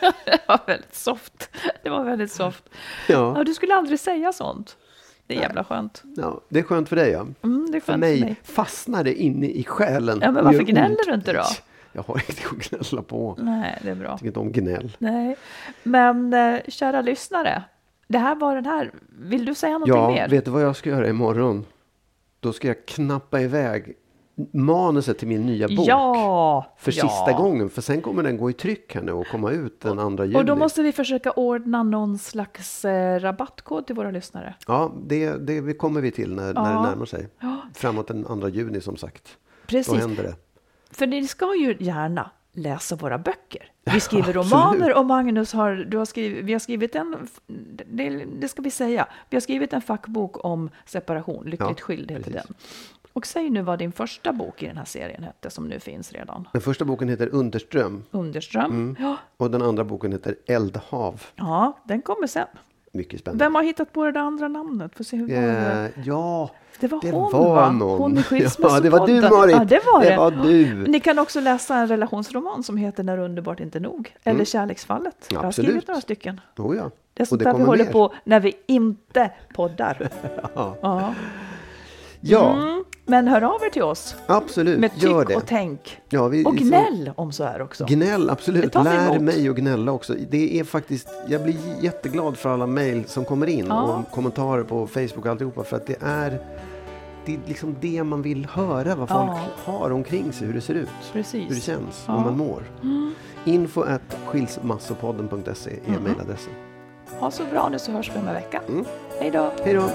var väldigt soft. Det var väldigt soft. Ja. Ja, du skulle aldrig säga sånt. Det är jävla skönt. Ja, det är skönt för dig, ja. Mm, det är skönt för, mig för mig fastnar det inne i själen. Ja, men varför gnäller ont. Du inte då? Jag har inte att gnälla på. Nej, det är bra. Jag tycker inte om gnäll. Nej, men äh, kära lyssnare. Det här var den här. Vill du säga någonting ja, mer? Ja, vet du vad jag ska göra imorgon? Då ska jag knappa iväg manuset till min nya bok. Ja! För ja. sista gången. För sen kommer den gå i tryck här nu och komma ut den andra juli. Och då måste vi försöka ordna någon slags eh, rabattkod till våra lyssnare. Ja, det, det kommer vi till när, ja. när det närmar sig. Ja. Framåt den andra juni som sagt. Precis. Då händer det. För ni ska ju gärna läsa våra böcker. Vi skriver romaner och Magnus har, du har skrivit, vi har skrivit en, det, det ska vi säga, vi har skrivit en fackbok om separation, Lyckligt ja, skild heter precis. den. Och säg nu vad din första bok i den här serien hette som nu finns redan. Den första boken heter Underström. Underström, mm. ja. Och den andra boken heter Eldhav. Ja, den kommer sen. Mycket spännande. Vem har hittat på det där andra namnet? Får se hur eh, det? Ja, det var det hon var va? Någon. Hon i skilsmässopodden. Ja, det var du Marit. Ja, det var det. det var du. Ni kan också läsa en relationsroman som heter När underbart inte nog. Eller mm. Kärleksfallet. Ja, jag har absolut. skrivit några stycken. Oh, ja. Det är sånt där vi håller mer på när vi inte poddar. ja. Ja. ja. Mm, men hör av er till oss. Absolut, med tyck gör det. Och tänk. Ja, vi, och gnäll så... om så här också. Gnäll, absolut. Lär mig att gnälla också. Det är faktiskt, jag blir jätteglad för alla mejl som kommer in. Ja. Och kommentarer på Facebook och alltihopa. För att det är, det är liksom det man vill höra. Vad folk ja. har omkring sig. Hur det ser ut. Precis. Hur det känns. Ja. Hur man mår. Mm. info at skilsmassopodden punkt se är mm. mejladressen. Ha så bra nu, så hörs vi om en vecka. Mm. Hej då. Hej då.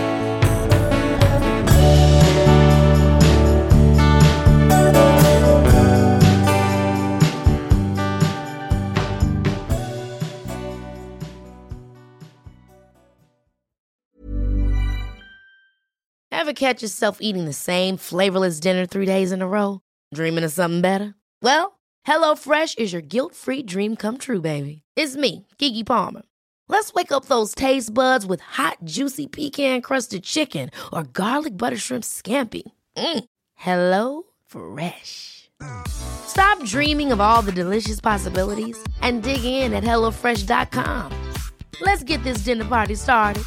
Ever catch yourself eating the same flavorless dinner three days in a row? Dreaming of something better? Well, HelloFresh is your guilt-free dream come true, baby. It's me, Keke Palmer. Let's wake up those taste buds with hot, juicy pecan-crusted chicken or garlic butter shrimp scampi. Mm. Hello Fresh. Stop dreaming of all the delicious possibilities and dig in at hello fresh dot com. Let's get this dinner party started.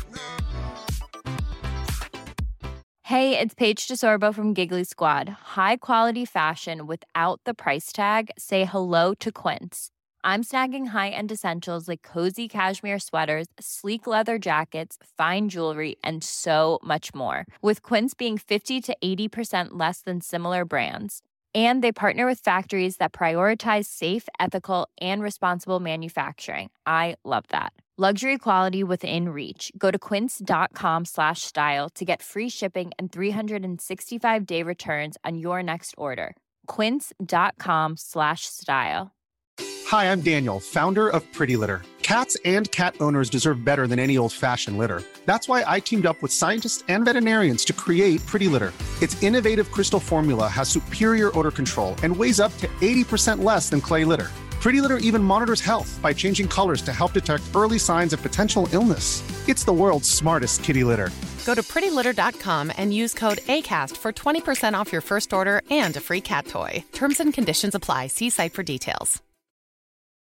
Hey, it's Paige DeSorbo from Giggly Squad. High quality fashion without the price tag. Say hello to Quince. I'm snagging high-end essentials like cozy cashmere sweaters, sleek leather jackets, fine jewelry, and so much more. With Quince being fifty to eighty percent less than similar brands. And they partner with factories that prioritize safe, ethical, and responsible manufacturing. I love that. Luxury quality within reach. Go to quince.com slash style to get free shipping and three sixty-five day returns on your next order. Quince.com slash style. Hi, I'm Daniel, founder of Pretty Litter. Cats and cat owners deserve better than any old-fashioned litter. That's why I teamed up with scientists and veterinarians to create Pretty Litter. Its innovative crystal formula has superior odor control and weighs up to eighty percent less than clay litter. Pretty Litter even monitors health by changing colors to help detect early signs of potential illness. It's the world's smartest kitty litter. Go to pretty litter dot com and use code ACAST for twenty percent off your first order and a free cat toy. Terms and conditions apply. See site for details.